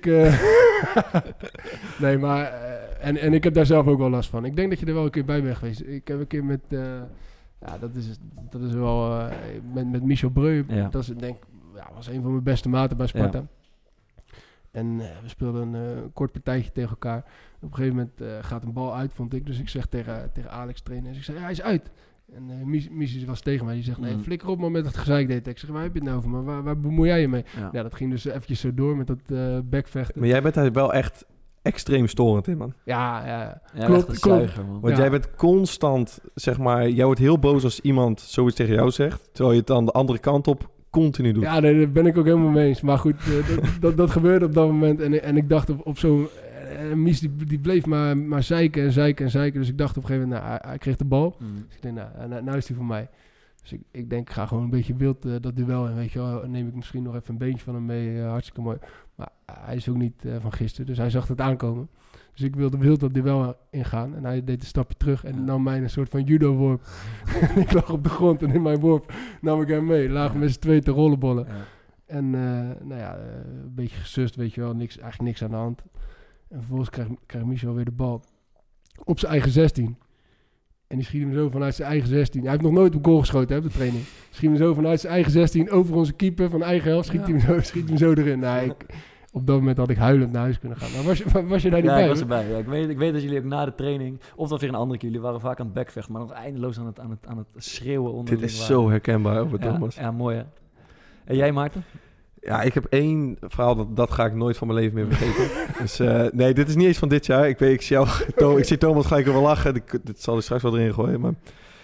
nee, maar... En ik heb daar zelf ook wel last van. Ik denk dat je er wel een keer bij bent geweest. Ik heb een keer met... dat is wel... met Michel Breu. Ja. Dat is, was een van mijn beste maten bij Sparta. Ja. En we speelden een kort partijtje tegen elkaar. Op een gegeven moment gaat een bal uit, vond ik. Dus ik zeg tegen Alex trainer. Dus ik zeg, hij is uit. En Mies was tegen mij. Die zegt, nee, flikker op maar met dat gezeik deed. Ik zeg, waar heb je het nou over? Maar waar bemoei jij je mee? Ja, dat ging dus eventjes zo door met dat bekvechten. Maar jij bent daar wel echt extreem storend in, man. Ja, klopt. Zuiger, man. Want jij bent constant, zeg maar... Jij wordt heel boos als iemand zoiets tegen jou zegt. Terwijl je het dan de andere kant op continu doet. Ja, nee, daar ben ik ook helemaal mee eens. Maar goed, dat gebeurde op dat moment. En ik dacht op zo'n... Mies die bleef maar zeiken en zeiken en zeiken. Dus ik dacht op een gegeven moment, hij kreeg de bal. Dus ik denk, nou is hij voor mij. Dus ik denk, ik ga gewoon een beetje wild dat duel. En weet je wel, neem ik misschien nog even een beentje van hem mee. Hartstikke mooi. Maar hij is ook niet van gisteren. Dus hij zag het aankomen. Dus ik wilde wild dat duel ingaan. En hij deed een stapje terug en nam mij een soort van judo-worp. Ik lag op de grond en in mijn worp nam ik hem mee. Lagen met z'n tweeën te rollenbollen. Ja. En een beetje gesust, weet je wel. Eigenlijk niks aan de hand. En vervolgens krijgt Michel weer de bal op zijn eigen 16. En die schiet hem zo vanuit zijn eigen 16. Hij heeft nog nooit op goal geschoten, op de training. Schiet hem zo vanuit zijn eigen 16 over onze keeper van eigen helft. Schiet hem zo erin. Nou, op dat moment had ik huilend naar huis kunnen gaan. Maar was je daar niet Ja, bij? ik was erbij. Ja, ik weet dat jullie ook na de training, of dat weer een andere keer, jullie waren vaak aan het backvechten, maar nog eindeloos aan het schreeuwen onderling. Dit is zo herkenbaar over ja, Thomas. Ja, mooi hè. En jij, Maarten? Ja, ik heb 1 verhaal, dat ga ik nooit van mijn leven meer vergeten. Dus nee, dit is niet eens van dit jaar. Ik zie Thomas gelijk wel lachen. Dit zal ik straks wel erin gooien. Maar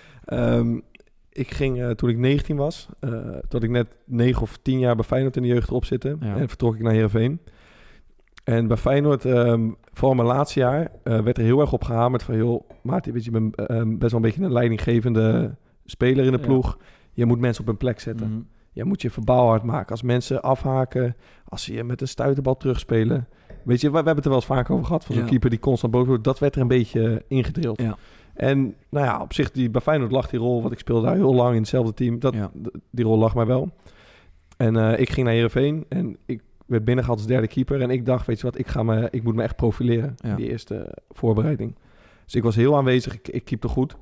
ik ging, toen ik 19 was, tot ik net 9 of 10 jaar bij Feyenoord in de jeugd erop zitten. Ja. En vertrok ik naar Heerenveen. En bij Feyenoord, vooral mijn laatste jaar, werd er heel erg op gehamerd van... joh, Maarten, weet je, je bent best wel een beetje een leidinggevende speler in de ploeg. Je moet mensen op hun plek zetten. Mm-hmm. Je moet je verbaal hard maken. Als mensen afhaken, als ze je met een stuiterbal terugspelen. Weet je, we hebben het er wel eens vaak over gehad van zo'n keeper die constant boos wordt. Dat werd er een beetje ingedrild. Ja. En nou ja, op zich, bij Feyenoord lag die rol, want ik speelde daar heel lang in hetzelfde team. Die rol lag mij wel. En ik ging naar Heerenveen en ik werd binnengehaald als derde keeper. En ik dacht, weet je wat, ik moet me echt profileren in die eerste voorbereiding. Dus ik was heel aanwezig, ik keepte goed.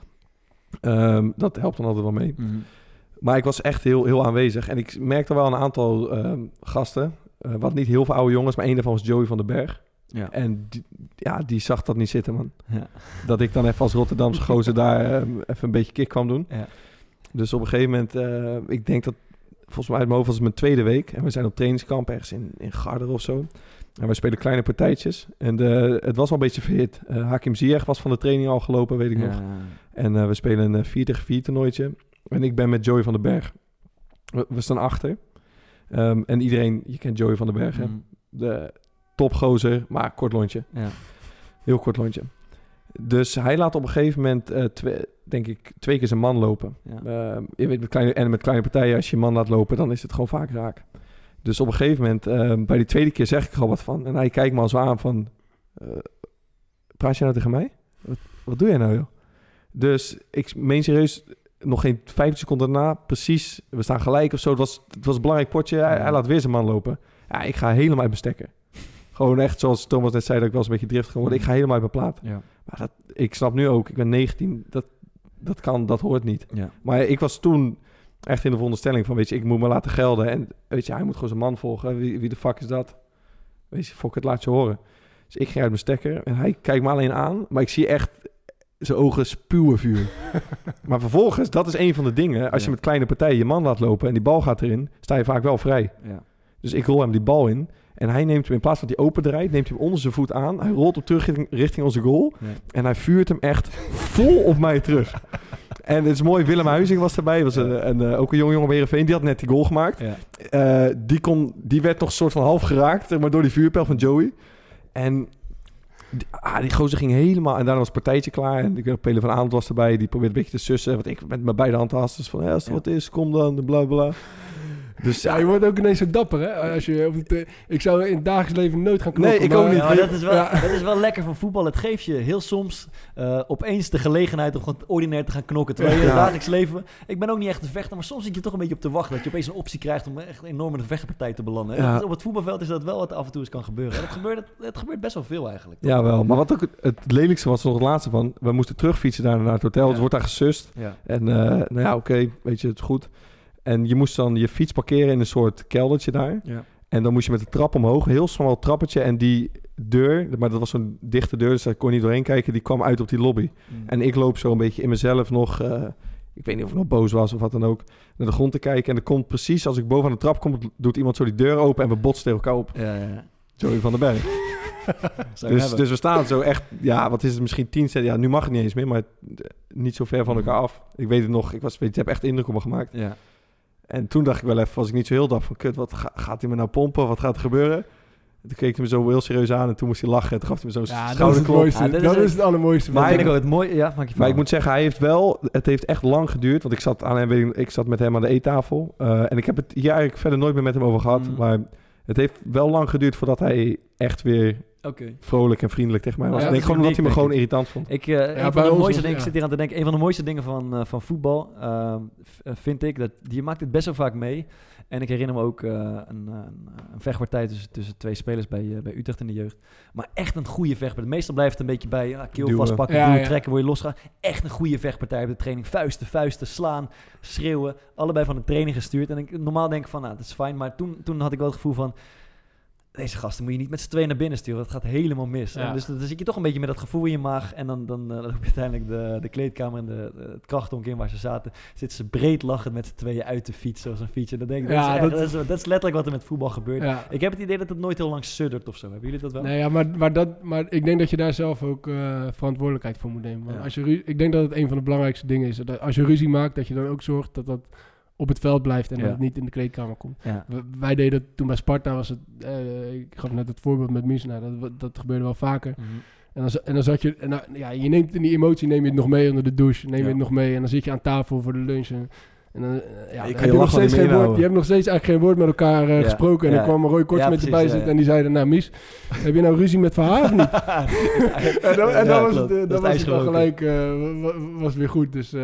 Dat helpt dan altijd wel mee. Mm-hmm. Maar ik was echt heel, heel aanwezig. En ik merkte wel een aantal gasten. Wat niet heel veel oude jongens, maar één daarvan was Joey van den Berg. Ja. En die zag dat niet zitten, man. Ja. Dat ik dan even als Rotterdamse gozer daar even een beetje kick kwam doen. Ja. Dus op een gegeven moment, ik denk dat, volgens mij uit mijn hoofd was het mijn tweede week. En we zijn op trainingskamp ergens in Garderen of zo. En we spelen kleine partijtjes. En het was al een beetje verhit. Hakim Ziyech was van de training al gelopen, weet ik nog. En we spelen een 4-tegen-4 toernooitje. En ik ben met Joey van den Berg. We staan achter. En iedereen, je kent Joey van den Berg, hè? De topgozer, maar kort lontje. Ja. Heel kort lontje. Dus hij laat op een gegeven moment, denk ik, 2 keer zijn man lopen. Ja. Je weet, met kleine partijen, als je je man laat lopen, dan is het gewoon vaak raak. Dus op een gegeven moment, bij die tweede keer zeg ik er al wat van. En hij kijkt me al zo aan van, praat je nou tegen mij? Wat doe jij nou, joh? Dus ik meen serieus, nog geen 15 seconden daarna, precies, we staan gelijk of zo. Het was een belangrijk potje. Hij laat weer zijn man lopen. Ja, ik ga helemaal uit mijn stekker. Gewoon echt, zoals Thomas net zei, dat ik wel eens een beetje driftig geworden. Ik ga helemaal uit mijn plaat. Ja. Maar ik snap nu ook, ik ben 19, dat hoort niet. Ja. Maar ik was toen echt in de veronderstelling van, weet je, ik moet me laten gelden. En weet je, hij moet gewoon zijn man volgen. Wie de fuck is dat? Weet je, fuck het, laat je horen. Dus ik ging uit mijn stekker en hij kijkt me alleen aan. Maar ik zie echt zijn ogen spuwen vuur. Maar vervolgens, dat is een van de dingen. Als je met kleine partijen je man laat lopen en die bal gaat erin, sta je vaak wel vrij. Ja. Dus ik rol hem die bal in. En hij neemt hem, in plaats van dat hij open draait, neemt hij hem onder zijn voet aan. Hij rolt hem terug richting onze goal. Ja. En hij vuurt hem echt vol op mij terug. En het is mooi, Willem Huizing was erbij. Was ook een jonge jongen bij Heerenveen. Die had net die goal gemaakt. Ja. Die werd nog een soort van half geraakt, maar door die vuurpijl van Joey. En die gozer ging helemaal... En daarna was het partijtje klaar. En ik weet nog, Pele van Aanholt was erbij. Die probeerde een beetje te sussen. Want ik met mijn beide handen had. Dus van, als er wat is, kom dan. Bla, bla. Dus ja, je wordt ook ineens zo dapper, hè? Als je ik zou in het dagelijks leven nooit gaan knokken. Nee, ik ook niet. Ja, dat is wel lekker van voetbal. Het geeft je heel soms opeens de gelegenheid om gewoon ordinair te gaan knokken. Terwijl je in het dagelijks leven... Ik ben ook niet echt een vechter, maar soms zit je toch een beetje op te wachten. Dat je opeens een optie krijgt om echt enorm in de vechtpartij te belanden. Ja. Op het voetbalveld is dat wel wat af en toe eens kan gebeuren. En het gebeurt best wel veel eigenlijk. Toch? Ja, wel. Maar wat ook het lelijkste was, nog het laatste van... We moesten terugfietsen naar het hotel. Het wordt daar gesust. Ja. En oké, weet je, het is goed. En je moest dan je fiets parkeren in een soort keldertje daar. Ja. En dan moest je met de trap omhoog, een heel smal trappetje. En die deur, maar dat was zo'n dichte deur, dus daar kon je niet doorheen kijken. Die kwam uit op die lobby. En ik loop zo een beetje in mezelf nog, ik weet niet of ik nog boos was of wat dan ook, naar de grond te kijken. En er komt precies, als ik boven aan de trap kom, doet iemand zo die deur open en we botsen tegen elkaar op. Ja. Joey van den Berg. dus we staan zo echt, ja, wat is het, misschien 10 cent. Ja, nu mag het niet eens meer, maar niet zo ver van elkaar af. Ik weet het nog, ik heb echt indruk op me gemaakt. Ja. En toen dacht ik wel even, was ik niet zo heel dap van... Kut, wat gaat hij me nou pompen? Wat gaat er gebeuren? En toen keek hij me zo heel serieus aan en toen moest hij lachen. En toen gaf hij me zo'n schouderklop. Dat is het allermooiste. Maar het mooie, ja, maar ik moet zeggen, hij heeft wel... Het heeft echt lang geduurd, want ik zat met hem aan de eettafel. En ik heb het hier eigenlijk verder nooit meer met hem over gehad. Maar het heeft wel lang geduurd voordat hij echt weer... vrolijk en vriendelijk tegen mij was. En ik gewoon omdat hij me gewoon irritant vond. Ik zit hier aan te denken, een van de mooiste dingen van voetbal vind ik dat je maakt het best wel vaak mee. En ik herinner me ook een vechtpartij tussen 2 spelers bij Utrecht in de jeugd. Maar echt een goede vechtpartij. Meestal blijft het een beetje bij keel vastpakken, trekken, word je losgaan. Echt een goede vechtpartij op de training. Vuisten, slaan, schreeuwen. Allebei van de training gestuurd. En ik normaal denk van, dat is fijn. Maar toen had ik wel het gevoel van... deze gasten moet je niet met z'n tweeën naar binnen sturen. Dat gaat helemaal mis. Ja. En dus dan zit je toch een beetje met dat gevoel in je maag. En dan loop je uiteindelijk de kleedkamer en het krachtonk in waar ze zaten. Zitten ze breed lachend met z'n tweeën uit de fiets, zoals een fietsje. Dan denk ik, dat is letterlijk wat er met voetbal gebeurt. Ja. Ik heb het idee dat het nooit heel lang suddert of zo. Hebben jullie dat wel? Nee, ja, maar ik denk dat je daar zelf ook verantwoordelijkheid voor moet nemen. Want ik denk dat het een van de belangrijkste dingen is. Dat als je ruzie maakt, dat je dan ook zorgt dat op het veld blijft en dat het niet in de kleedkamer komt. Ja. Wij deden dat toen bij Sparta, was het, ik gaf net het voorbeeld met Mies, dat gebeurde wel vaker. Mm-hmm. En dan zat je, je neemt in die emotie, neem je het nog mee onder de douche, neem je het nog mee en dan zit je aan tafel voor de lunch. En dan je hebt nog steeds eigenlijk geen woord met elkaar gesproken. En dan kwam Roy Kortsmit erbij zitten en die zeiden, nou Mies, heb je nou ruzie met Verhaar of niet? en dan was het al gelijk, was weer goed. Dus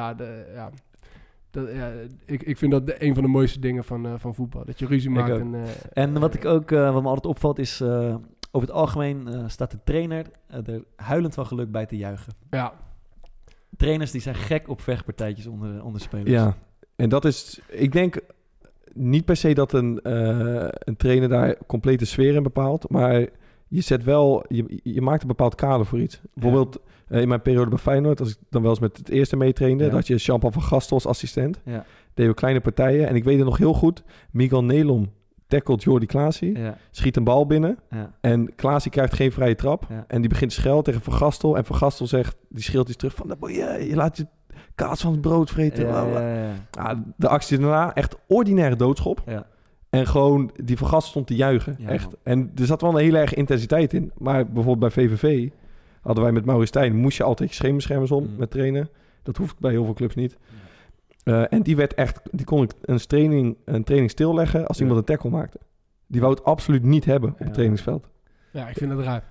ik vind dat een van de mooiste dingen van voetbal. Dat je ruzie maakt. En wat ik ook, wat me altijd opvalt is, over het algemeen staat de trainer er huilend van geluk bij te juichen. Ja. Trainers die zijn gek op vechtpartijtjes onder spelers. Ja, en dat is, ik denk niet per se dat een trainer daar complete sfeer in bepaalt, maar je zet wel, je maakt een bepaald kader voor iets. Bijvoorbeeld in mijn periode bij Feyenoord, als ik dan wel eens met het eerste meetrainde, dat je Jean-Paul van Gastel als assistent. Ja. Deden we kleine partijen. En ik weet het nog heel goed, Miguel Nelom tackelt Jordi Klaasie, schiet een bal binnen. Ja. En Klaasie krijgt geen vrije trap. Ja. En die begint te schelden tegen Van Gastel. En Van Gastel zegt, die scheelt iets terug van, je laat je kaas van het brood vreten. De actie daarna, echt ordinaire doodschop. Ja. En gewoon, die Van Gastel stond te juichen. Ja, echt. Man. En er zat wel een hele erg intensiteit in. Maar bijvoorbeeld bij VVV hadden wij met Maurice Stijn, moest je altijd je scheenbeschermers om met trainen. Dat hoeft bij heel veel clubs niet. En die kon ik een training stilleggen als iemand een tackle maakte. Die wou het absoluut niet hebben op het trainingsveld. Ja, ik vind dat raar.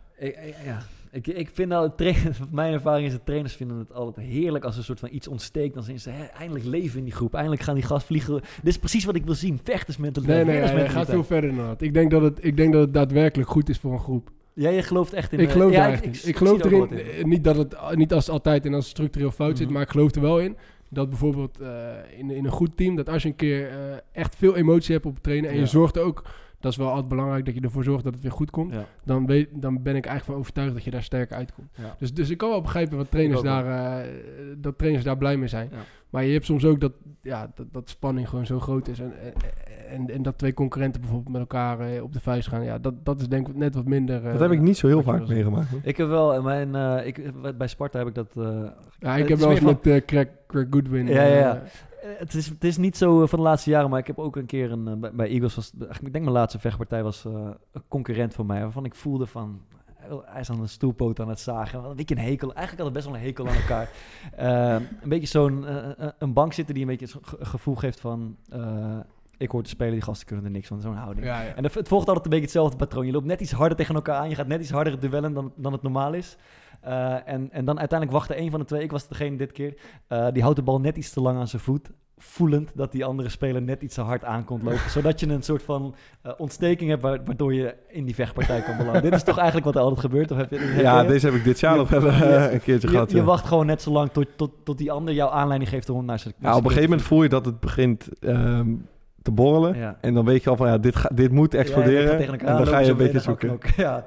Ik vind dat mijn ervaring is dat trainers vinden het altijd heerlijk als er een soort van iets ontsteekt. Dan zijn ze eindelijk leven in die groep. Eindelijk gaan die gasten vliegen. Dit is precies wat ik wil zien. Vechtersmentaliteit. Nee, het gaat veel verder dan dat. Ik denk dat het daadwerkelijk goed is voor een groep. Ja, je gelooft echt in... Ik geloof daar echt in. Ik geloof erin, niet dat het niet als altijd en als het structureel fout zit, maar ik geloof er wel in dat bijvoorbeeld in een goed team, dat als je een keer echt veel emotie hebt op het trainen en je zorgt ook, dat is wel altijd belangrijk, dat je ervoor zorgt dat het weer goed komt, dan ben ik eigenlijk van overtuigd dat je daar sterker uitkomt. Ja. Dus ik kan wel begrijpen wat trainers dat trainers daar blij mee zijn. Ja. Maar je hebt soms ook dat spanning gewoon zo groot is en dat twee concurrenten bijvoorbeeld met elkaar op de vuist gaan. Ja, dat is denk ik net wat minder... dat heb ik niet zo heel vaak meegemaakt. Ik heb wel, bij Sparta heb ik dat... ik heb wel eens met Craig Goodwin... Het is niet zo van de laatste jaren, maar ik heb ook een keer bij Eagles, ik denk mijn laatste vechtpartij was een concurrent van mij, waarvan ik voelde van... Hij is aan een stoelpoot aan het zagen. Een beetje een hekel. Eigenlijk had het best wel een hekel aan elkaar. Een beetje zo'n een bank zitten die een beetje het gevoel geeft van... ik hoor te spelen, die gasten kunnen er niks van. Zo'n houding. Ja. En het volgt altijd een beetje hetzelfde patroon. Je loopt net iets harder tegen elkaar aan. Je gaat net iets harder duellen dan het normaal is. En dan uiteindelijk wachtte een van de twee. Ik was degene dit keer. Die houdt de bal net iets te lang aan zijn voet. Voelend dat die andere speler net iets te hard aan komt lopen. Zodat je een soort van ontsteking hebt waardoor je in die vechtpartij kan belanden. Dit is toch eigenlijk wat er altijd gebeurt? Of deze heb ik dit jaar nog een keertje gehad. Je wacht gewoon net zo lang tot die ander jouw aanleiding geeft om naar zijn... op een gegeven moment voel je dat het begint te borrelen. Ja. En dan weet je al van, dit moet exploderen. En dan ga je een beetje zoeken. Ja.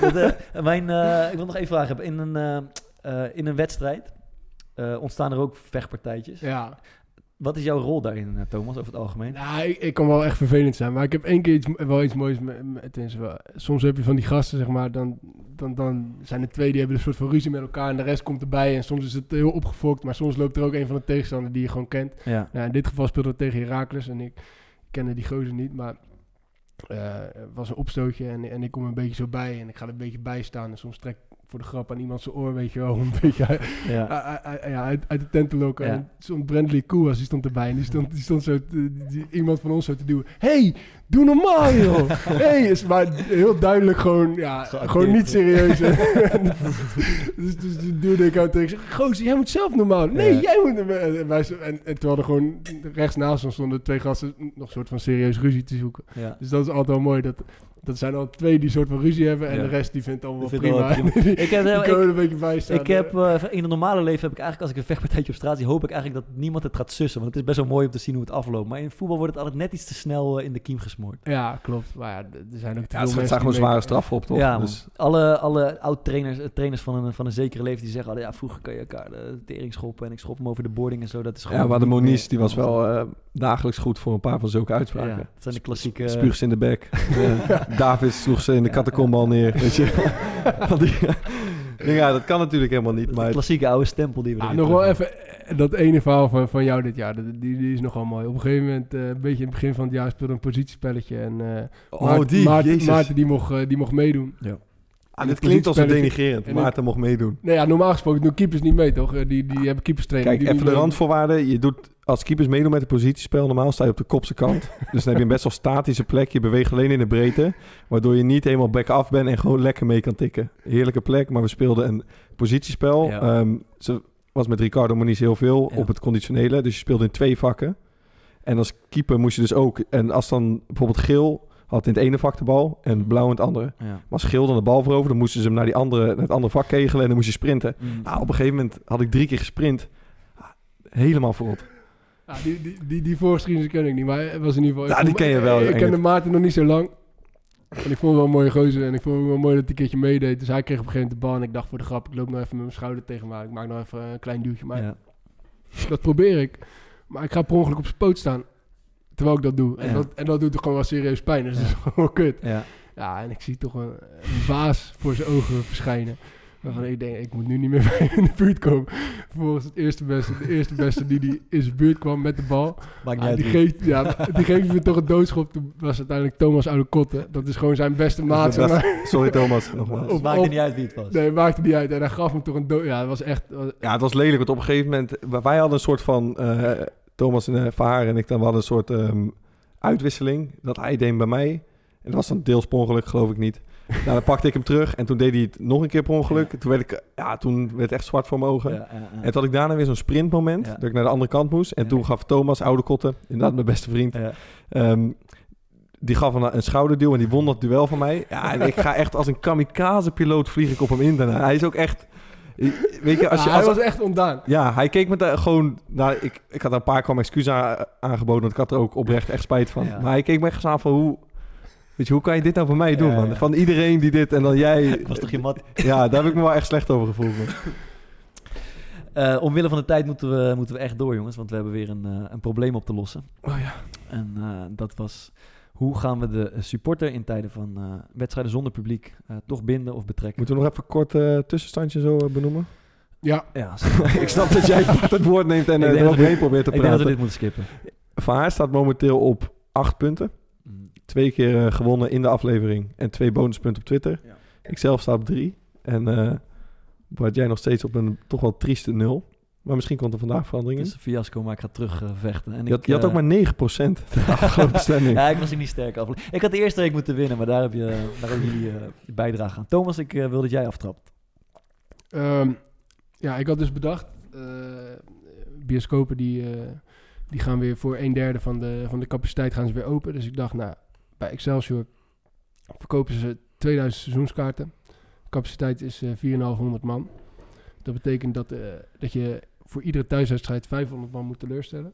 Ik wil nog even vragen. In een wedstrijd ontstaan er ook vechtpartijtjes. Ja. Wat is jouw rol daarin, Thomas, over het algemeen? Nou, ik kan wel echt vervelend zijn. Maar ik heb één keer iets moois met soms heb je van die gasten, zeg maar, dan zijn er twee die hebben een soort van ruzie met elkaar en de rest komt erbij. En soms is het heel opgefokt, maar soms loopt er ook een van de tegenstanders die je gewoon kent. Ja. Nou, in dit geval speelde het tegen Heracles en ik kende die gozer niet, maar het was een opstootje en ik kom een beetje zo bij en ik ga er een beetje bij staan en soms trek voor de grap aan iemand zijn oor, weet je wel, een beetje uit de tent te lokken. Ja. En stond Brandley Koewas, die stond erbij en die stond zo, iemand van ons zo te doen. Hey, doe normaal, joh! Hey, is maar heel duidelijk gewoon niet serieus. dus duwde ik uit tegen, ik zeg, gozer, jij moet zelf normaal. Nee, jij moet... En terwijl er gewoon rechts naast ons stonden twee gasten nog een soort van serieus ruzie te zoeken. Ja. Dus dat is altijd wel mooi, Dat zijn al 2 die soort van ruzie hebben en Ja. de rest die vindt allemaal Die prima. vindt het wel die Ik heb, die komen er een beetje bij staan. Ik heb in het normale leven heb ik eigenlijk, als ik een vechtpartijtje op straat zie, hoop ik eigenlijk dat niemand het gaat sussen. Want het is best wel mooi om te zien hoe het afloopt. Maar in voetbal wordt het altijd net iets te snel in de kiem gesmoord. Ja, klopt. Maar ja, er zijn ook te veel Het mensen zijn gewoon die zware straffen op, toch? Ja, man. Dus, Alle oud-trainers van een zekere leeftijd die zeggen, ja, vroeger kan je elkaar de tering schoppen en ik schop hem over de boarding en zo. Dat is gewoon ja, maar de niet Moniz, meer- die was wel dagelijks goed voor een paar van zulke uitspraken. Ja, het zijn de klassieke... Spuug ze in de bek. David sloeg ze in de catacombe al neer. Weet je? Van die- ja, dat kan natuurlijk helemaal niet. de Maar klassieke oude stempel die we erin nog wel terug- even, dat ene verhaal van jou dit jaar, die is nogal mooi. Op een gegeven moment, een beetje in het begin van het jaar, speelde een positiespelletje. En Maarten die mocht meedoen. dit klinkt als een positiespelletje. denigrerend. En Maarten mocht meedoen. Nee, ja, normaal gesproken doen keepers niet mee, toch? Die hebben keeperstraining. Kijk, die even doen de niet randvoorwaarden. Je doet als keepers meedoen met een positiespel. Normaal sta je op de kopse kant. Dus dan heb je een best wel statische plek. Je beweegt alleen in de breedte. Waardoor je niet helemaal back-af bent en gewoon lekker mee kan tikken. Heerlijke plek, maar we speelden een positiespel. Ja. Ze was met Ricardo Moniz heel veel Ja. op het conditionele. Dus je speelde in 2 vakken. En als keeper moest je dus ook... En als dan bijvoorbeeld geel had in het ene vak de bal en blauw in het andere. Ja. Maar als geel dan de bal voorover, dan moesten ze hem naar het andere vak kegelen en dan moest je sprinten. Mm. Op een gegeven moment had ik 3 keer gesprint. Helemaal verrot. Ja, die voorgeschiedenis ken ik niet, maar het was in ieder geval... Ja, die ken je wel, Ik Engert. kende Maarten nog niet zo lang. En ik vond hem wel een mooie gozer en ik vond het wel mooi dat hij een keertje meedeed. Dus hij kreeg op een gegeven moment de bal en ik dacht voor de grap, ik loop nog even met mijn schouder tegen hem aan. Ik maak nog even een klein duwtje, maar Ja. dat probeer ik. Maar ik ga per ongeluk op zijn poot staan, terwijl ik dat doe. En, Ja. dat doet toch gewoon wel serieus pijn, dus dat is gewoon kut. Ja. Ja, en ik zie toch een vaas voor zijn ogen verschijnen. Waarvan ik denk, ik moet nu niet meer bij hem in de buurt komen. Vervolgens de eerste beste die in zijn buurt kwam met de bal. Maakt niet uit Die wie. geeft me toch een doodschop. Toen was uiteindelijk Thomas Oudekotte. Dat is gewoon zijn beste maat. zeg maar. Sorry Thomas, nogmaals. Het maakt er niet uit wie het was. Nee, maakte niet uit. En hij gaf hem toch een dood... Ja, dat was echt... Ja, het was lelijk, want op een gegeven moment... Wij hadden een soort van... Thomas en Verhaar en ik dan hadden een soort uitwisseling. Dat hij deed bij mij. En dat was dan deels per ongeluk, geloof ik niet. Nou, dan pakte ik hem terug en toen deed hij het nog een keer per ongeluk. Toen werd het echt zwart voor mijn ogen. Ja. En toen had ik daarna weer zo'n sprintmoment, Ja. dat ik naar de andere kant moest. En Ja. toen gaf Thomas Oudekotte, inderdaad mijn beste vriend, Ja. die gaf een schouderduw en die won dat duel van mij. Ja, en ik ga echt als een kamikaze-piloot vlieg ik op hem in daarna. Hij is ook echt... Weet je, hij was echt ontdaan. Ja, hij keek me daar gewoon... Nou, ik had er een paar kwam excuses aangeboden, want ik had er ook oprecht echt spijt van. Ja. Maar hij keek me echt aan van hoe kan je dit nou voor mij doen, Ja, man? ja. Van iedereen die dit en dan jij... Ik was toch je mat? Ja, daar heb ik me wel echt slecht over gevoeld, man. Omwille van de tijd moeten we echt door, jongens. Want we hebben weer een probleem op te lossen. Oh ja. En dat was... Hoe gaan we de supporter in tijden van wedstrijden zonder publiek toch binden of betrekken? Moeten we nog even kort tussenstandje zo benoemen? Ja. Ja, Ik snap dat jij het woord neemt en Ik denk dat eroverheen probeert te ik denk dat we praten. dit moeten skippen. Van Haar staat momenteel op 8 punten. 2 keer gewonnen in de aflevering en 2 bonuspunten op Twitter. Ja. Ik zelf sta op 3. En word jij nog steeds op een toch wel trieste 0. Maar misschien komt er vandaag verandering Het in. is een fiasco, maar ik ga terug vechten. En Je had ook maar 9% de afgelopen stemming. Ja, ik was hier niet sterk af. Ik had de eerste week moeten winnen, maar daar heb jullie je bijdrage aan. Thomas, ik wil dat jij aftrapt. Ja, ik had dus bedacht... bioscopen die gaan weer voor 1/3 van de capaciteit gaan ze weer open. Dus ik dacht, nou, bij Excelsior verkopen ze 2000 seizoenskaarten. De capaciteit is 4.500 man. Dat betekent dat je voor iedere thuiswedstrijd 500 man moet teleurstellen.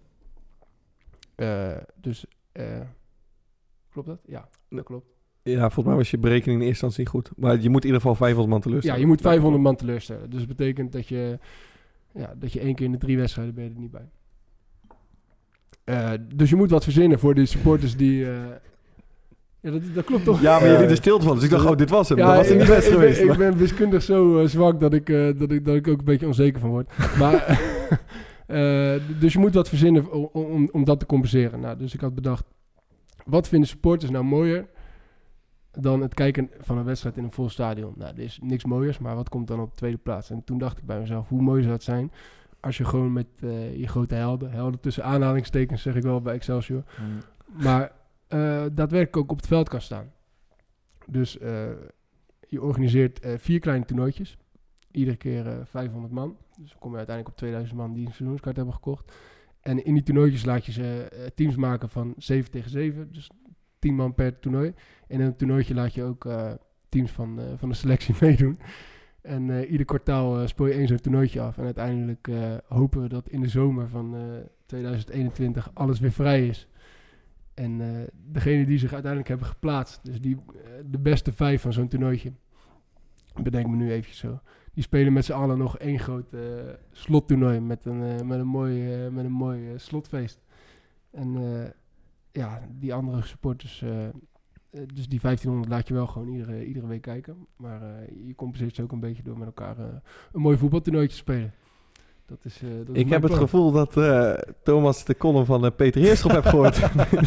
Klopt dat? Ja, dat klopt. Ja, volgens mij was je berekening in eerste instantie niet goed. Maar je moet in ieder geval 500 man Ja, teleurstellen. je moet 500 man teleurstellen. Dus dat betekent dat je 1 keer in de 3 wedstrijden ben je er niet bij. Dus je moet wat verzinnen voor die supporters die... Ja, dat klopt toch? Ja, maar je liet er stil van. Dus ik dacht, dit was hem. Ja, dat was hem niet best geweest. Ik ben wiskundig zo zwak dat ik ook een beetje onzeker van word. Maar, dus je moet wat verzinnen om dat te compenseren. Nou, dus ik had bedacht, wat vinden supporters nou mooier dan het kijken van een wedstrijd in een vol stadion? Nou, er is niks mooiers, maar wat komt dan op de tweede plaats? En toen dacht ik bij mezelf, hoe mooi zou het zijn als je gewoon met je grote helden tussen aanhalingstekens zeg ik wel bij Excelsior, maar daadwerkelijk ook op het veld kan staan. Dus je organiseert 4 kleine toernooitjes. Iedere keer 500 man. Dus dan kom je uiteindelijk op 2000 man die een seizoenskaart hebben gekocht. En in die toernooitjes laat je ze teams maken van 7 tegen 7. Dus 10 man per toernooi. En in een toernooitje laat je ook teams van de selectie meedoen. En ieder kwartaal speel je 1 zo'n toernooitje af. En uiteindelijk hopen we dat in de zomer van 2021 alles weer vrij is. En degene die zich uiteindelijk hebben geplaatst, dus de beste 5 van zo'n toernooitje, bedenk me nu eventjes zo, die spelen met z'n allen nog 1 groot slottoernooi met een mooi slotfeest. En die andere supporters, dus die 1500 laat je wel gewoon iedere week kijken. Maar je compenseert ze ook een beetje door met elkaar een mooi voetbaltoernooitje te spelen. Dat is Ik heb het gevoel dat Thomas de column van Peter Heerschop heeft gehoord.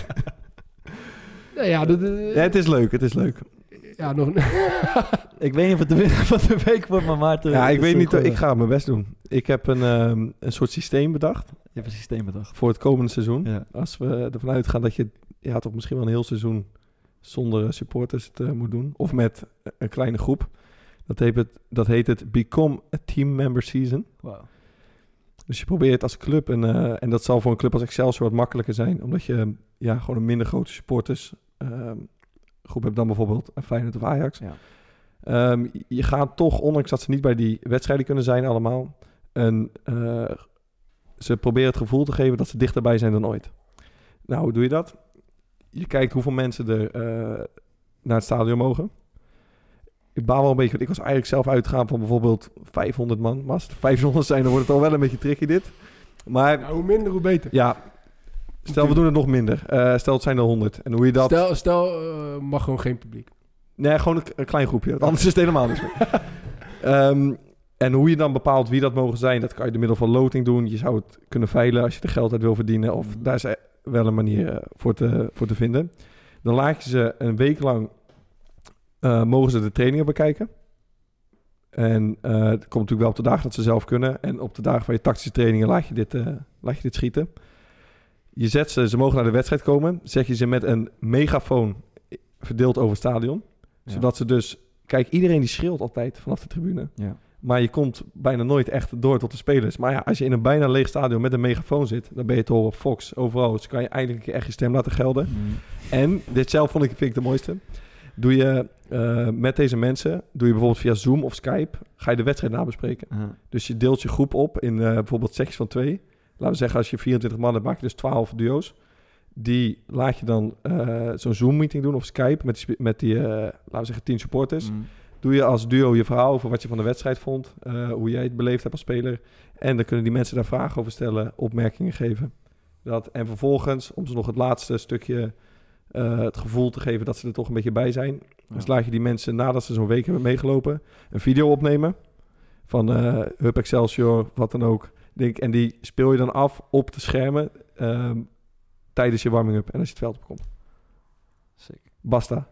Ja, het is leuk. Ja, nog Ik weet niet of het de winnaar van de week wordt, maar Maarten... Ja, ik weet niet. Ik ga mijn best doen. Ik heb een soort systeem bedacht. Je hebt een systeem bedacht. Voor het komende seizoen. Ja. Als we ervan uitgaan dat je toch misschien wel een heel seizoen zonder supporters het moet doen. Of met een kleine groep. Dat heet het Become a Team Member Season. Wow. Dus je probeert als club, en dat zal voor een club als Excelsior wat makkelijker zijn, omdat je gewoon een minder grote supporters groep hebt dan bijvoorbeeld Feyenoord of Ajax. Ja. Je gaat toch, ondanks dat ze niet bij die wedstrijden kunnen zijn allemaal, ze proberen het gevoel te geven dat ze dichterbij zijn dan ooit. Nou, hoe doe je dat? Je kijkt hoeveel mensen er naar het stadion mogen. Ik baal wel een beetje, want ik was eigenlijk zelf uitgegaan van bijvoorbeeld 500 man. Maar als het 500 zijn, dan wordt het al wel een beetje tricky dit. Maar hoe minder, hoe beter. Ja, stel we doen het nog minder. Stel het zijn er 100. En hoe je dat... Stel mag gewoon geen publiek. Nee, gewoon een klein groepje. Anders is het helemaal niks meer. En hoe je dan bepaalt wie dat mogen zijn, dat kan je door middel van loting doen. Je zou het kunnen veilen als je er geld uit wil verdienen. Of daar is wel een manier voor te vinden. Dan laat je ze een week lang... mogen ze de trainingen bekijken. En het komt natuurlijk wel op de dagen dat ze zelf kunnen. En op de dagen van je tactische trainingen laat je dit schieten. Je zet ze mogen naar de wedstrijd komen. Zet je ze met een megafoon verdeeld over het stadion. Ja. Zodat ze dus... Kijk, iedereen die schreeuwt altijd vanaf de tribune. Ja. Maar je komt bijna nooit echt door tot de spelers. Maar ja, als je in een bijna leeg stadion met een megafoon zit... dan ben je te horen op Fox, overal. Dus kan je eindelijk echt je stem laten gelden. En dit zelf vind ik de mooiste... Doe je met deze mensen, bijvoorbeeld via Zoom of Skype, ga je de wedstrijd nabespreken. Dus je deelt je groep op in bijvoorbeeld secties van 2. Laten we zeggen, als je 24 man hebt, maak je dus 12 duo's. Die laat je dan zo'n Zoom-meeting doen of Skype met die laten we zeggen, 10 supporters. Doe je als duo je verhaal over wat je van de wedstrijd vond, hoe jij het beleefd hebt als speler. En dan kunnen die mensen daar vragen over stellen, opmerkingen geven. En vervolgens, om ze nog het laatste stukje... het gevoel te geven dat ze er toch een beetje bij zijn. Ja. Dus laat je die mensen, nadat ze zo'n week hebben meegelopen, een video opnemen van Hup Excelsior, wat dan ook. En die speel je dan af op de schermen tijdens je warming-up en als je het veld opkomt. Sick. Basta.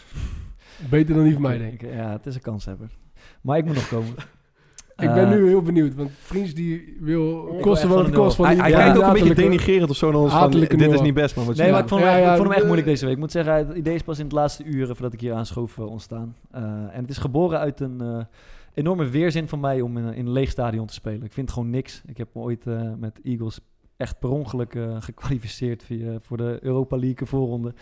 Beter dan niet voor mij, denk ik. Ja, het is een kanshebber. Maar ik moet nog komen. Ik ben nu heel benieuwd, want Vriends die wil kosten wat het kost. Hij kijkt ook een beetje denigrerend of zo naar ons van, dit is niet best, man. Nee, maar ik vond hem echt moeilijk deze week. Ik moet zeggen, het idee is pas in het laatste uren voordat ik hier aanschoof ontstaan. En het is geboren uit een enorme weerzin van mij om in een leeg stadion te spelen. Ik vind het gewoon niks. Ik heb me ooit met Eagles echt per ongeluk gekwalificeerd voor de Europa League voorronde.